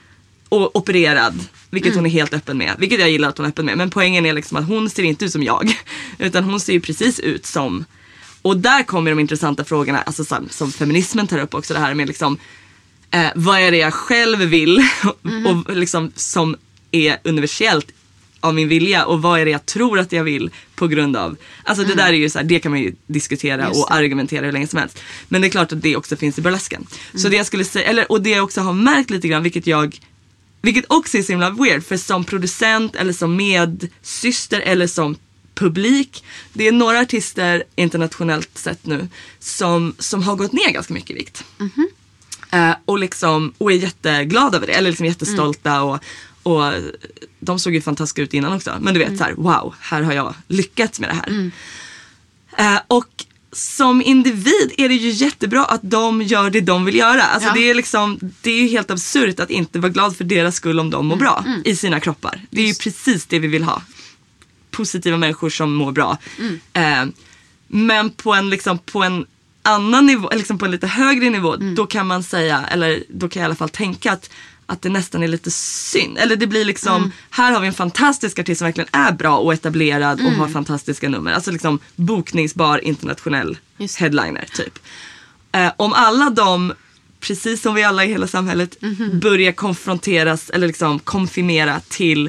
Och opererad. Vilket mm. hon är helt öppen med. Vilket jag gillar att hon är öppen med. Men poängen är liksom att hon ser inte ut som jag. Utan hon ser ju precis ut som. Och där kommer de intressanta frågorna. Alltså som, som feminismen tar upp också. Det här med liksom. Eh, vad är det jag själv vill. Mm. Och liksom som är universellt av min vilja. Och vad är det jag tror att jag vill på grund av. Alltså mm. det där är ju så här, det kan man ju diskutera och argumentera hur länge som helst. Men det är klart att det också finns i burlesken. Mm. Så det jag skulle säga, eller, och det jag också har märkt lite grann, vilket jag, vilket också är så himla weird. För som producent eller som medsyster eller som publik. Det är några artister internationellt sett nu som, som har gått ner ganska mycket i vikt. Mm-hmm. Uh, och liksom, och är jätteglada över det. Eller liksom jättestolta mm. och Och de såg ju fantastiska ut innan också. Men du vet mm. så här, wow, här har jag lyckats med det här. Mm. Uh, och som individ är det ju jättebra att de gör det de vill göra. Alltså Ja. det är liksom, det är ju helt absurt att inte vara glad för deras skull om de mår bra Mm. i sina kroppar. Det är ju precis det vi vill ha. Positiva människor som mår bra. Mm. Eh, men på en, liksom, på en annan nivå, liksom på en lite högre nivå, Mm. då kan man säga, eller då kan jag i alla fall tänka att att det nästan är lite synd. Eller det blir liksom, Mm. här har vi en fantastisk artist som verkligen är bra och etablerad Mm. och har fantastiska nummer. Alltså liksom bokningsbar internationell Just. headliner typ. Eh, om alla de, precis som vi alla i hela samhället, Mhm. börjar konfronteras eller liksom konfirmera till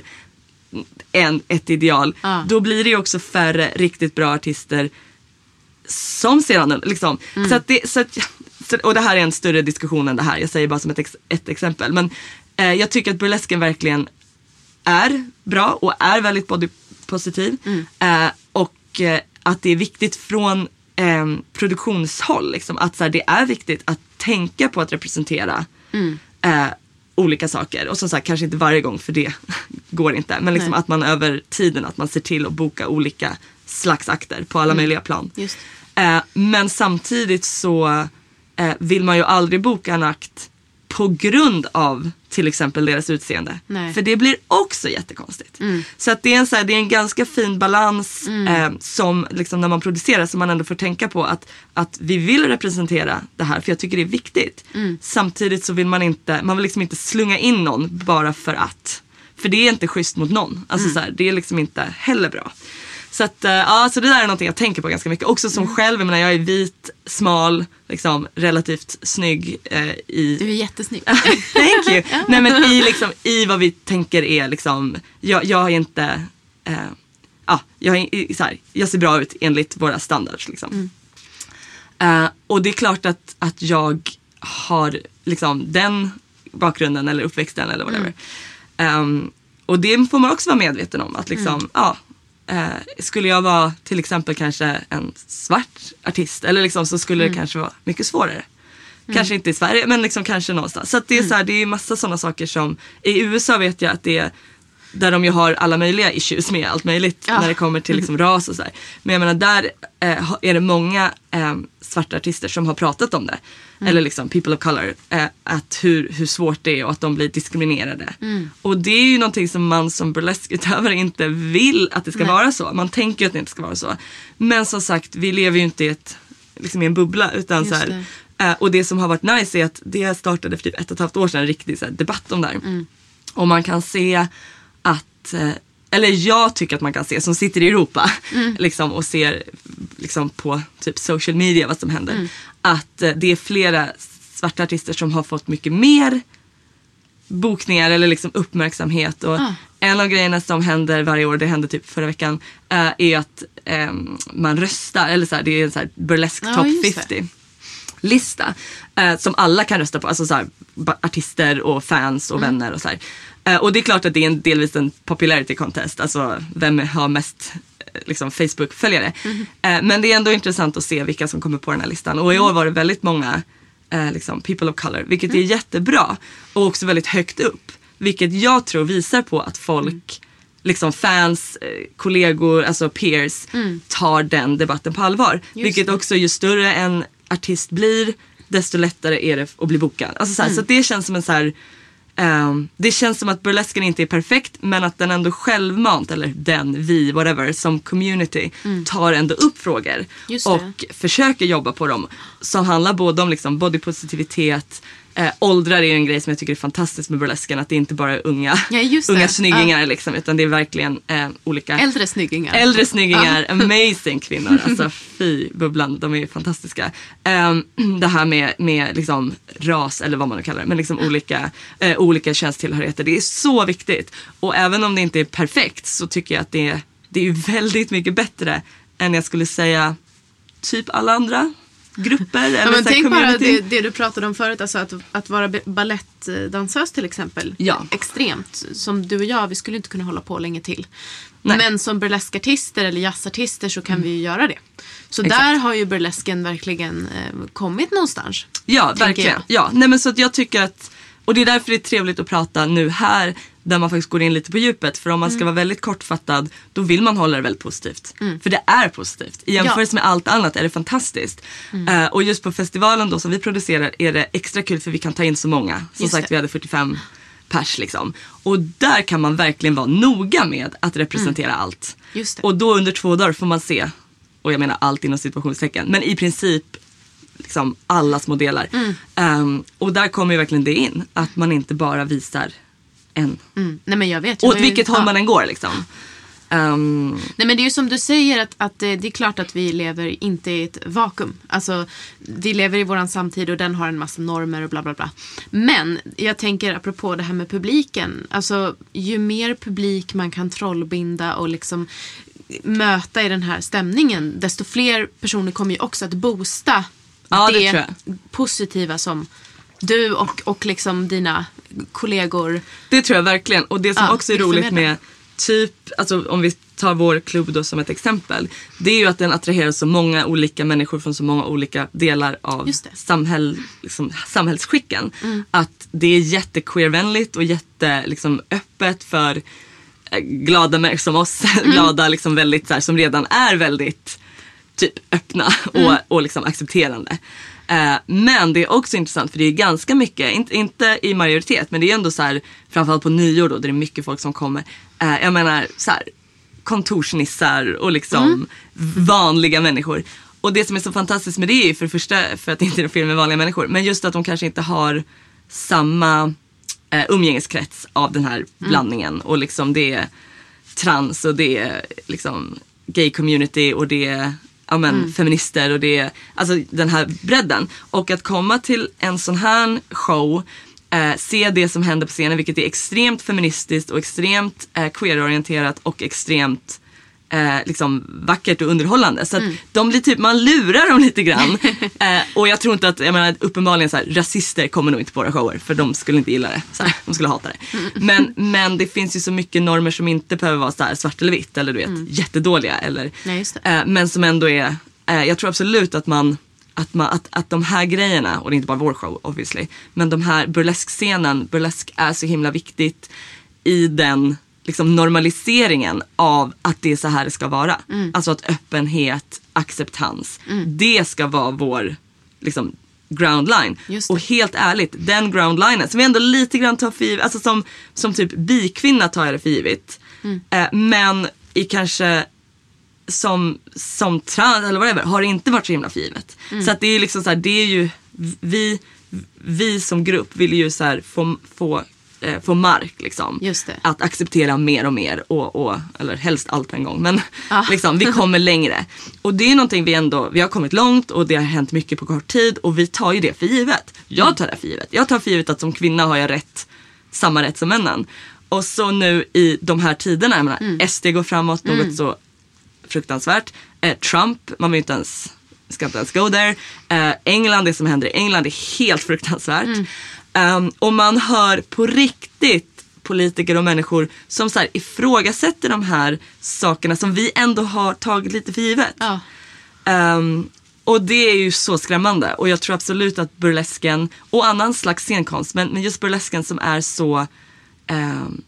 en, ett ideal, Ja. då blir det ju också färre riktigt bra artister som ser annorlunda liksom. Mm. Så att det, så att, så, och det här är en större diskussion än det här. Jag säger bara som ett, ex, ett exempel. Men eh, jag tycker att burlesken verkligen är bra och är väldigt bodypositiv. Mm. Eh, och eh, att det är viktigt från eh, produktionshåll. Liksom, att så här, det är viktigt att tänka på att representera Mm. eh, olika saker. Och som sagt, kanske inte varje gång för det går inte. Men liksom Nej. att man över tiden att man ser till att boka olika slags akter på alla möjliga plan. Just. Eh, men samtidigt så eh, vill man ju aldrig boka en akt på grund av till exempel deras utseende. Nej. För det blir också jättekonstigt. Mm. Så att det är en, så här, det är en ganska fin balans eh, som liksom, när man producerar, som man ändå får tänka på att, att vi vill representera det här, för jag tycker det är viktigt. Mm. Samtidigt så vill man inte, man vill liksom inte slunga in någon bara för att. För det är inte schysst mot någon. Alltså Mm. så här, det är liksom inte heller bra. Så att, uh, ja, så det där är någonting jag tänker på ganska mycket. Också som Mm. själv, jag menar jag är vit, smal, liksom relativt snygg uh, i... Du är jättesnygg. Thank you! Nej men i, liksom, i vad vi tänker är liksom, jag, jag är inte, uh, ja, jag, är, så här, jag ser bra ut enligt våra standards liksom. Mm. Uh, och det är klart att, att jag har liksom den bakgrunden eller uppväxten eller whatever. Um, och det får man också vara medveten om. Att liksom, ja, eh, skulle jag vara till exempel kanske en svart artist. Eller liksom, så skulle det kanske vara mycket svårare. Kanske inte i Sverige, men liksom kanske någonstans. Så att det är så här, det är massa sådana saker som, i U S A vet jag att det är, där de ju har alla möjliga issues med allt möjligt Ja. när det kommer till liksom ras och så här. Men jag menar, där eh, är det många eh, svarta artister som har pratat om det. Mm. Eller liksom people of color. Eh, att hur, hur svårt det är och att de blir diskriminerade. Mm. Och det är ju någonting som man som burleskutövare inte vill att det ska Nej. vara så. Man tänker ju att det inte ska vara så. Men som sagt, vi lever ju inte i, ett, liksom i en bubbla. Utan Just så här, eh, och det som har varit nice är att det startade för typ ett och ett halvt år sedan en riktig så här, debatt om det här. Mm. Och man kan se att, eh, eller jag tycker att man kan se, som sitter i Europa Mm. liksom, och ser liksom, på typ social media vad som händer. Mm. Att eh, det är flera svarta artister som har fått mycket mer bokningar eller liksom uppmärksamhet. Och Ah. en av grejerna som händer varje år, det hände typ förra veckan, eh, är att eh, man röstar, eller så här, det är en så här burlesque Ja, top just det. femtio lista eh, som alla kan rösta på, alltså så här, ba- artister och fans och Mm. vänner och så här. Eh, och det är klart att det är en, delvis en popularity contest, alltså vem har mest eh, liksom Facebook-följare. Mm. Eh, men det är ändå intressant att se vilka som kommer på den här listan. Och i år var det väldigt många eh, liksom people of color, vilket Mm. är jättebra och också väldigt högt upp, vilket jag tror visar på att folk Mm. liksom fans, eh, kollegor, alltså peers tar den debatten på allvar. Vilket det. också, ju större en artist blir, desto lättare är det att bli bokad. Alltså så, här, så det känns som en så här, ehm, det känns som att burlesken inte är perfekt, men att den ändå självmant, eller den, vi, whatever, som community tar ändå upp frågor Just det. och försöker jobba på dem. Som handlar både om liksom bodypositivitet, eh, åldrar är ju en grej som jag tycker är fantastiskt med burlesken, att det inte bara är unga, Ja, just det. unga snyggingar liksom, utan det är verkligen eh, olika Äldre snyggingar. äldre snyggingar, amazing kvinnor, alltså fy bubblan, de är fantastiska. Um, det här med, med liksom ras, eller vad man nu kallar det, men liksom olika, eh, olika könstillhörigheter, det är så viktigt. Och även om det inte är perfekt så tycker jag att det är, det är väldigt mycket bättre än jag skulle säga typ alla andra grupper. Eller Ja, men så här tänk bara community. det, det du pratade om förut, alltså att, att vara be- ballettdansös till exempel. Ja. Extremt. Som du och jag, vi skulle inte kunna hålla på länge till. Nej. Men som burleskartister eller jazzartister så kan vi ju göra det. Så Exakt. där har ju burlesken verkligen eh, kommit någonstans. Ja, tänker verkligen. jag. Ja, nej men så att jag tycker att Och det är därför det är trevligt att prata nu här där man faktiskt går in lite på djupet. För om man ska mm. vara väldigt kortfattad, då vill man hålla det väldigt positivt. Mm. För det är positivt. I jämförelse ja. med allt annat är det fantastiskt. Mm. Uh, och just på festivalen då som vi producerar är det extra kul för vi kan ta in så många. Som just sagt, det. Vi hade fyrtiofem pers liksom. Och där kan man verkligen vara noga med att representera mm. allt. Just det. Och då under två dagar får man se, och jag menar allt inom situationstecken, men i princip liksom alla små delar. Mm. Um, och där kommer ju verkligen det in. Att man inte bara visar en. Mm. Nej, men jag vet. Och åt vilket håll ja. man än går liksom. Um, Nej, men det är ju som du säger att, att det är klart att vi lever inte i ett vakuum. Alltså vi lever i våran samtid och den har en massa normer och bla bla bla. Men jag tänker apropå det här med publiken. Alltså ju mer publik man kan trollbinda och liksom möta i den här stämningen, desto fler personer kommer ju också att boosta ja, det, det positiva som du och, och liksom dina kollegor. Det tror jag verkligen. Och det som ja, också är roligt med typ, alltså om vi tar vår klubb då som ett exempel, det är ju att den attraherar så många olika människor från så många olika delar av samhäll, liksom, samhällsskicken. Mm. Att det är jättequeervänligt och jätte liksom, öppet för glada människor som oss, mm. glada liksom väldigt så här, som redan är väldigt typ öppna och, mm. och liksom accepterande. Uh, men det är också intressant för det är ganska mycket, inte, inte i majoritet, men det är ändå så här, framförallt på nyår då, där det är mycket folk som kommer. Uh, jag menar så här, kontorsnissar och liksom mm. vanliga människor. Och det som är så fantastiskt med det är ju för det första, för att det inte är fel med vanliga människor, men just att de kanske inte har samma uh, umgängeskrets av den här mm. blandningen. Och liksom det är trans och det är liksom gay community och det är ja, men, mm. feminister och det är alltså den här bredden. Och att komma till en sån här show, eh, se det som händer på scenen, vilket är extremt feministiskt och extremt eh, queerorienterat och extremt eh, liksom vackert och underhållande. Så att mm. de blir typ, man lurar dem lite grann. eh, och jag tror inte att, jag menar uppenbarligen så här, rasister kommer nog inte på våra shower, för de skulle inte gilla det. Så här, de skulle hata det. Mm. Men, men det finns ju så mycket normer som inte behöver vara så här svart eller vitt, eller du vet, mm. jättedåliga. Eller, Nej, just det. Eh, men som ändå är, eh, jag tror absolut att man Att, man, att, att de här grejerna, och det är inte bara vår show obviously, men de här burlesk-scenen, burlesk är så himla viktigt i den liksom normaliseringen av att det är så här det ska vara. Mm. Alltså att öppenhet, acceptans, mm. det ska vara vår liksom groundline. Och helt ärligt, den groundlinen som vi ändå lite grann tar för givet, alltså som, som typ bikvinna tar jag det för givet. Mm. Eh, men i kanske som, som trans eller whatever har det inte varit så himla för givet. Mm. Så att det är liksom så här, det är ju vi, vi som grupp vill ju så här få, få, eh, få mark liksom. Just det. Att acceptera mer och mer och, och, eller helst allt på en gång, men ah. liksom, vi kommer längre. Och det är någonting vi ändå, vi har kommit långt och det har hänt mycket på kort tid och vi tar ju det för givet. Jag tar det för givet. Jag tar för givet att som kvinna har jag rätt, samma rätt som männen. Och så nu i de här tiderna, jag menar, mm. S D går framåt, något mm. så fruktansvärt. Eh, Trump, man vill inte ens, ska inte ens go there. Eh, England, det som händer i England är helt fruktansvärt. Mm. Um, och man hör på riktigt politiker och människor som så här ifrågasätter de här sakerna som vi ändå har tagit lite för givet. Ja. Um, och det är ju så skrämmande. Och jag tror absolut att burlesken och annan slags scenkonst, men, men just burlesken som är så um,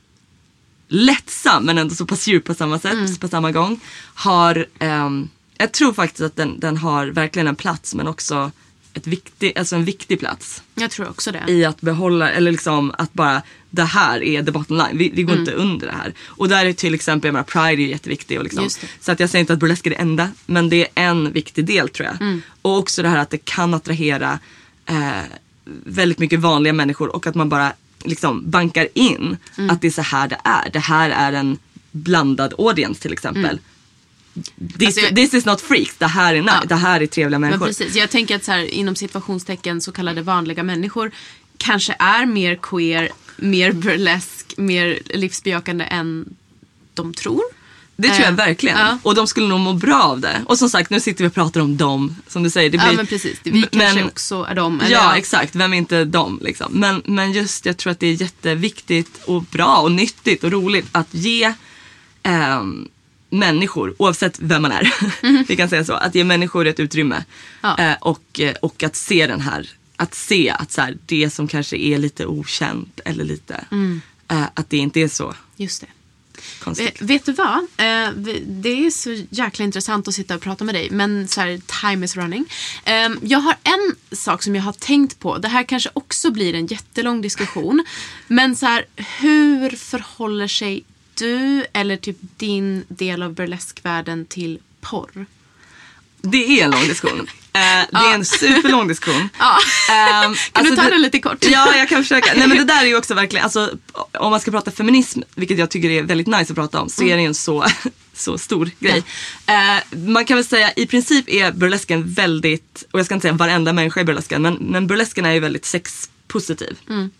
lättsam men ändå så pass djup på samma sätt, mm. på samma gång, har um, jag tror faktiskt att den, den har verkligen en plats, men också ett viktig, alltså en viktig plats. Jag tror också det. I att behålla, eller liksom att bara, det här är the bottom line. Vi, vi går mm. inte under det här. Och där är till exempel, jag menar, Pride är jätteviktig. Och liksom, så att jag säger inte att burlesk är det enda, men det är en viktig del tror jag. Mm. Och också det här att det kan attrahera eh, väldigt mycket vanliga människor och att man bara liksom bankar in mm. att det är så här det är. Det här är en blandad audience till exempel. Mm. This, alltså jag, this is not freaks. Det här är, ja. det här är trevliga människor. Men precis. Jag tänker att så här, inom situationstecken så kallade vanliga människor kanske är mer queer, mer burlesk, mer livsbejakande än de tror. Det tror jag verkligen. Ja. Och de skulle nog må bra av det. Och som sagt, nu sitter vi och pratar om dem. Som du säger. Det blir, ja, men precis. Vi kanske men, också är dem. Eller ja, ja, exakt. Vem är inte dem? Liksom. Men, men just, jag tror att det är jätteviktigt och bra och nyttigt och roligt att ge ähm, människor, oavsett vem man är, mm. vi kan säga så, att ge människor ett utrymme. Ja. äh, och, och att se den här att se att så här, det som kanske är lite okänt eller lite, mm. uh, att det inte är så. Just det. Konstigt. Vet du vad? Det är så jäkla intressant att sitta och prata med dig. Men så här, time is running. Jag har en sak som jag har tänkt på. Det här kanske också blir en jättelång diskussion. Men så här, hur förhåller sig du eller typ din del av burleskvärlden till porr? Det är en lång diskussion. Uh, det är en superlång diskussion. Ja. Um, kan alltså du ta det, den lite kort? Ja, jag kan försöka. Nej, men det där är ju också verkligen, alltså, om man ska prata feminism, vilket jag tycker är väldigt nice att prata om, så är det ju en så, så stor grej. Ja. Uh, man kan väl säga, i princip är burlesken väldigt, och jag ska inte säga varenda människa i burlesken, men, men burlesken är ju väldigt sexpositiv. Mm.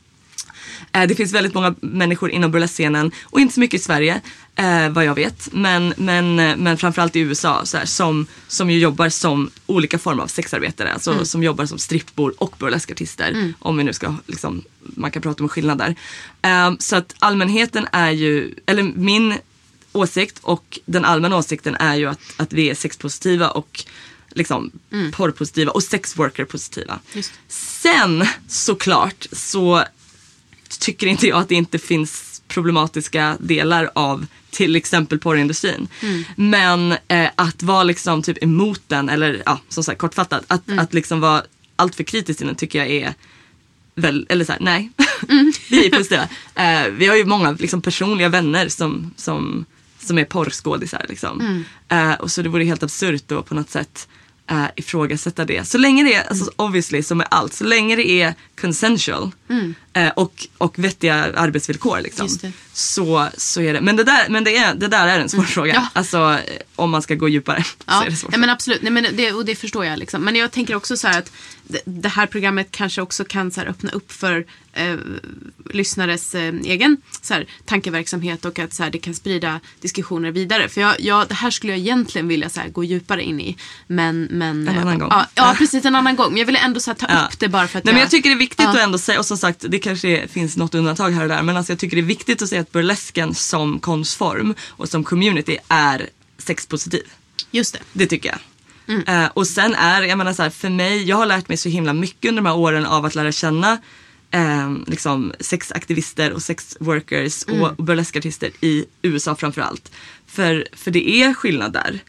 Det finns väldigt många människor inom burleskscenen, och inte så mycket i Sverige, eh, vad jag vet. Men, men, men framförallt i U S A så här, som, som ju jobbar som olika former av sexarbetare. Alltså mm. som jobbar som strippor och burleskartister. Mm. Om vi nu ska, liksom, man kan prata om skillnader. Eh, så att allmänheten är ju, eller min åsikt och den allmänna åsikten är ju att, att vi är sexpositiva och liksom mm. porrpositiva och sexworker-positiva. Just. Sen såklart så tycker inte jag att det inte finns problematiska delar av till exempel porrindustrin. Mm. Men eh, att vara liksom typ emot den, eller ja, som sagt kortfattat, att, mm. att liksom vara allt för kritisk till den tycker jag är väl, eller så här, nej. Mm. Vi är positiva. Eh, vi har ju många liksom personliga vänner som, som, som är porrskådisar liksom. Mm. Eh, och så det vore helt absurt då på något sätt Uh, ifrågasätta det. Så länge det är, alltså, mm. obviously som med allt, så länge det är consensual mm. uh, och, och vettiga arbetsvillkor liksom, så, så är det. Men det där, men det är, det där är en svår mm. fråga. Ja. Alltså om man ska gå djupare ja. så är det svårt. Ja, men absolut. Nej, men det, och det förstår jag liksom. Men jag tänker också så här att det, det här programmet kanske också kan så här öppna upp för eh, lyssnares eh, egen så här, tankeverksamhet, och att så här, det kan sprida diskussioner vidare. För jag, jag, det här skulle jag egentligen vilja så här, gå djupare in i. Men, men, en annan äh, gång. Ja, ja, precis, en annan gång. Men jag ville ändå så här, ta ja. upp det bara för att Nej, jag... men jag tycker det är viktigt ja. att ändå säga, och som sagt, det kanske finns något undantag här och där, men alltså jag tycker det är viktigt att säga att burlesken som konstform och som community är sexpositiv. Just det. Det tycker jag. Mm. Uh, och sen är, jag menar så här, för mig, jag har lärt mig så himla mycket under de här åren av att lära känna uh, liksom sexaktivister och sexworkers mm. och, och burleskartister i U S A framförallt. För, för det är skillnad där.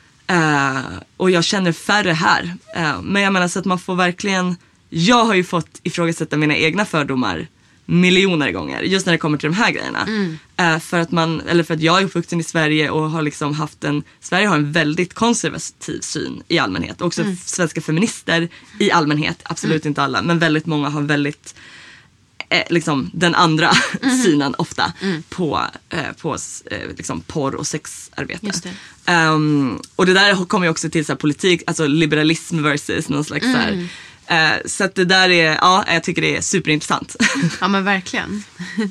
Uh, och jag känner färre här. Uh, men jag menar så att man får verkligen, jag har ju fått ifrågasätta mina egna fördomar miljoner gånger just när det kommer till de här grejerna. Mm. Uh, för att man, eller för att jag är uppvuxen i Sverige och har liksom haft en, Sverige har en väldigt konservativ syn i allmänhet. Också mm. svenska feminister i allmänhet, absolut mm. inte alla, men väldigt många har väldigt eh, liksom den andra mm. synen ofta mm. på, eh, på eh, liksom porr och sexarbete. Just det. Um, och det där kommer ju också till så här, politik, alltså liberalism versus någon slags mm. så här, Uh, så att det där är, ja, jag tycker det är superintressant. Ja, men verkligen.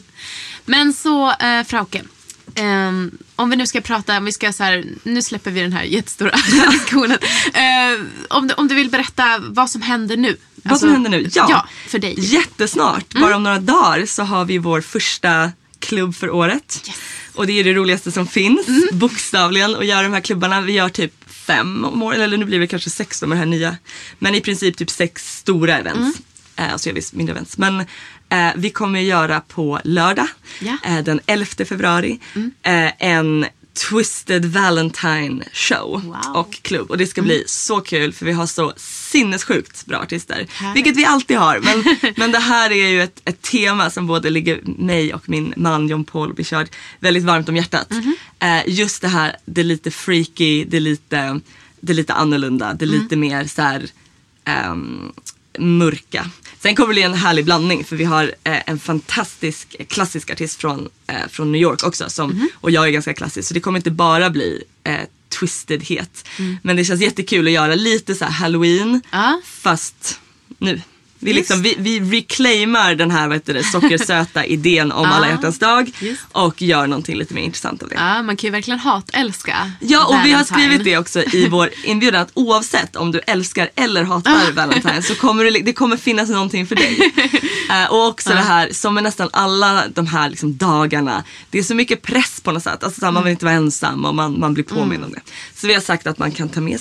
Men så, uh, Frauke, um, om vi nu ska prata, om vi ska så här, nu släpper vi den här jättestora diskussionen. Uh, om, du, om du vill berätta vad som händer nu. Vad alltså, som händer nu? Ja, ja, för dig. Jättesnart, mm. bara om några dagar så har vi vår första klubb för året. Yes. Och det är det roligaste som finns, mm. bokstavligen, att göra de här klubbarna. Vi gör typ fem om året, eller nu blir det kanske sex med det här nya. Men i princip typ sex stora events. Mm. Eh, så gör vi mindre events. Men eh, vi kommer göra på lördag, yeah. eh, den elfte februari, mm. eh, en Twisted Valentine show wow. och klubb. Och det ska bli mm. så kul, för vi har så sinnessjukt bra artister. Härligt. Vilket vi alltid har. Men, men det här är ju ett, ett tema som både ligger mig och min man John Paul Bichard väldigt varmt om hjärtat. Mm-hmm. Eh, just det här, det är lite freaky, det är lite, det är lite annorlunda, det är mm. lite mer så här um, mörka. Sen kommer det bli en härlig blandning, för vi har eh, en fantastisk klassisk artist från, eh, från New York också, som, mm-hmm. och jag är ganska klassisk, så det kommer inte bara bli eh, twistedhet. Mm. Men det känns jättekul att göra lite så här Halloween, uh. fast nu. Vi, liksom, vi, vi reclaimar den här, vad heter det, sockersöta idén om ah, alla hjärtans dag och gör någonting lite mer intressant av det. Ja, man kan ju verkligen hatälska Ja, och Valentine. Vi har skrivit det också i vår inbjudan, att oavsett om du älskar eller hatar Valentine, så kommer det, det kommer finnas någonting för dig. uh, och också ah. det här, som med nästan alla de här liksom, dagarna, det är så mycket press på något sätt. Alltså, mm. man vill inte vara ensam och man, man blir påminn mm. om det. Så vi har sagt att man kan ta med sin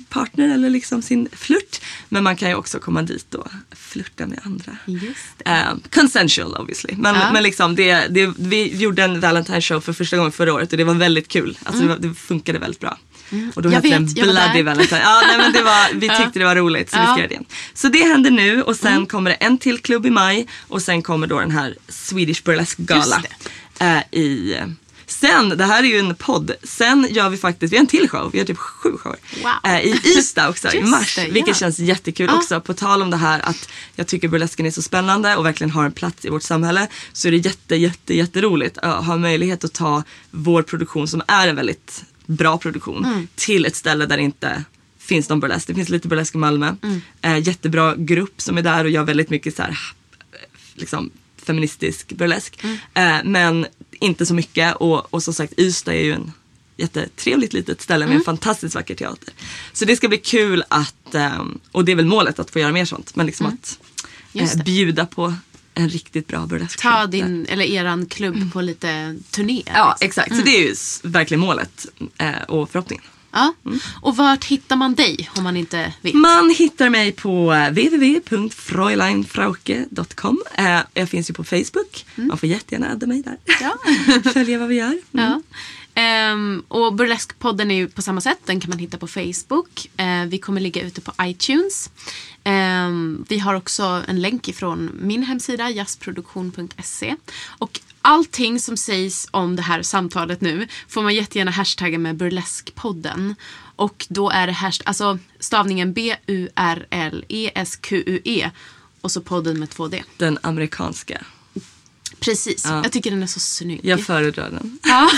partner eller liksom sin flört. Men man kan ju också komma dit och flirta med andra. Just det. Uh, consensual obviously. Men, ja. men liksom det, det, vi gjorde en Valentine show för första gången förra året och det var väldigt kul. Alltså mm. det, det funkade väldigt bra. Mm. Och då hette den Bloody Valentine. Ja, nej, men det var, vi tyckte ja. det var roligt så ja. vi ska göra det. Så det händer nu och sen mm. kommer det en till klubb i maj och sen kommer då den här Swedish Burlesque Gala uh, i... Sen, det här är ju en podd. Sen gör vi faktiskt, vi har en till show. Vi har typ sju shower. Wow. Äh, I Ystad också, i mars. Det, vilket ja. känns jättekul ah. också. På tal om det här att jag tycker burlesken är så spännande och verkligen har en plats i vårt samhälle. Så är det jätte, jätte, jätteroligt att ha möjlighet att ta vår produktion som är en väldigt bra produktion mm. till ett ställe där det inte finns någon burlesk. Det finns lite burlesk i Malmö. Mm. Äh, jättebra grupp som är där och gör väldigt mycket så här, liksom feministisk burlesk. Mm. Äh, men inte så mycket och, och som sagt Ystad är ju en jättetrevligt litet ställe med mm. en fantastiskt vacker teater. Så det ska bli kul att, um, och det är väl målet att få göra mer sånt, men liksom mm. att uh, bjuda på en riktigt bra burlesk. Ta din, eller eran klubb mm. på lite turné. Ja, liksom. Exakt. Mm. Så det är ju verkligen målet uh, och förhoppningen. Ja. Mm. Och vart hittar man dig om man inte vet? Man hittar mig på w w w punkt fräuleinfrauke punkt com. uh, Jag finns ju på Facebook. Mm. Man får jättegärna adda mig där. Ja. Följa vad vi gör. Mm. Ja. Um, och Burlesque-podden är ju på samma sätt. Den kan man hitta på Facebook. uh, Vi kommer ligga ute på iTunes. um, Vi har också en länk ifrån min hemsida jazzproduktion punkt se. Och allting som sägs om det här samtalet nu får man jättegärna hashtagga med Burlesque-podden. Och då är det hashtag, alltså stavningen B U R L E S Q U E och så podden med två D. Den amerikanska. Precis, ja. Jag tycker den är så snygg. Jag föredrar den. Ja.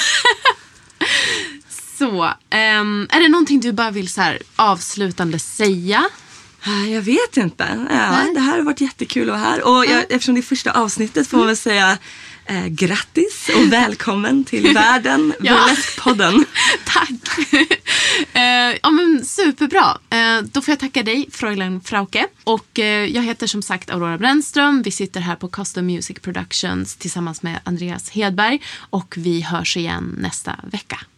Så, um, är det någonting du bara vill så här avslutande säga? Jag vet inte. Ja, det här har varit jättekul att vara här. Och jag, eftersom det är första avsnittet får man väl säga eh, grattis och välkommen till världen, ja. Burlesque-podden. Tack. eh, ja, men superbra. Eh, då får jag tacka dig, Fräulein Frauke. Och eh, jag heter som sagt Aurora Brännström. Vi sitter här på Custom Music Productions tillsammans med Andreas Hedberg. Och vi hörs igen nästa vecka.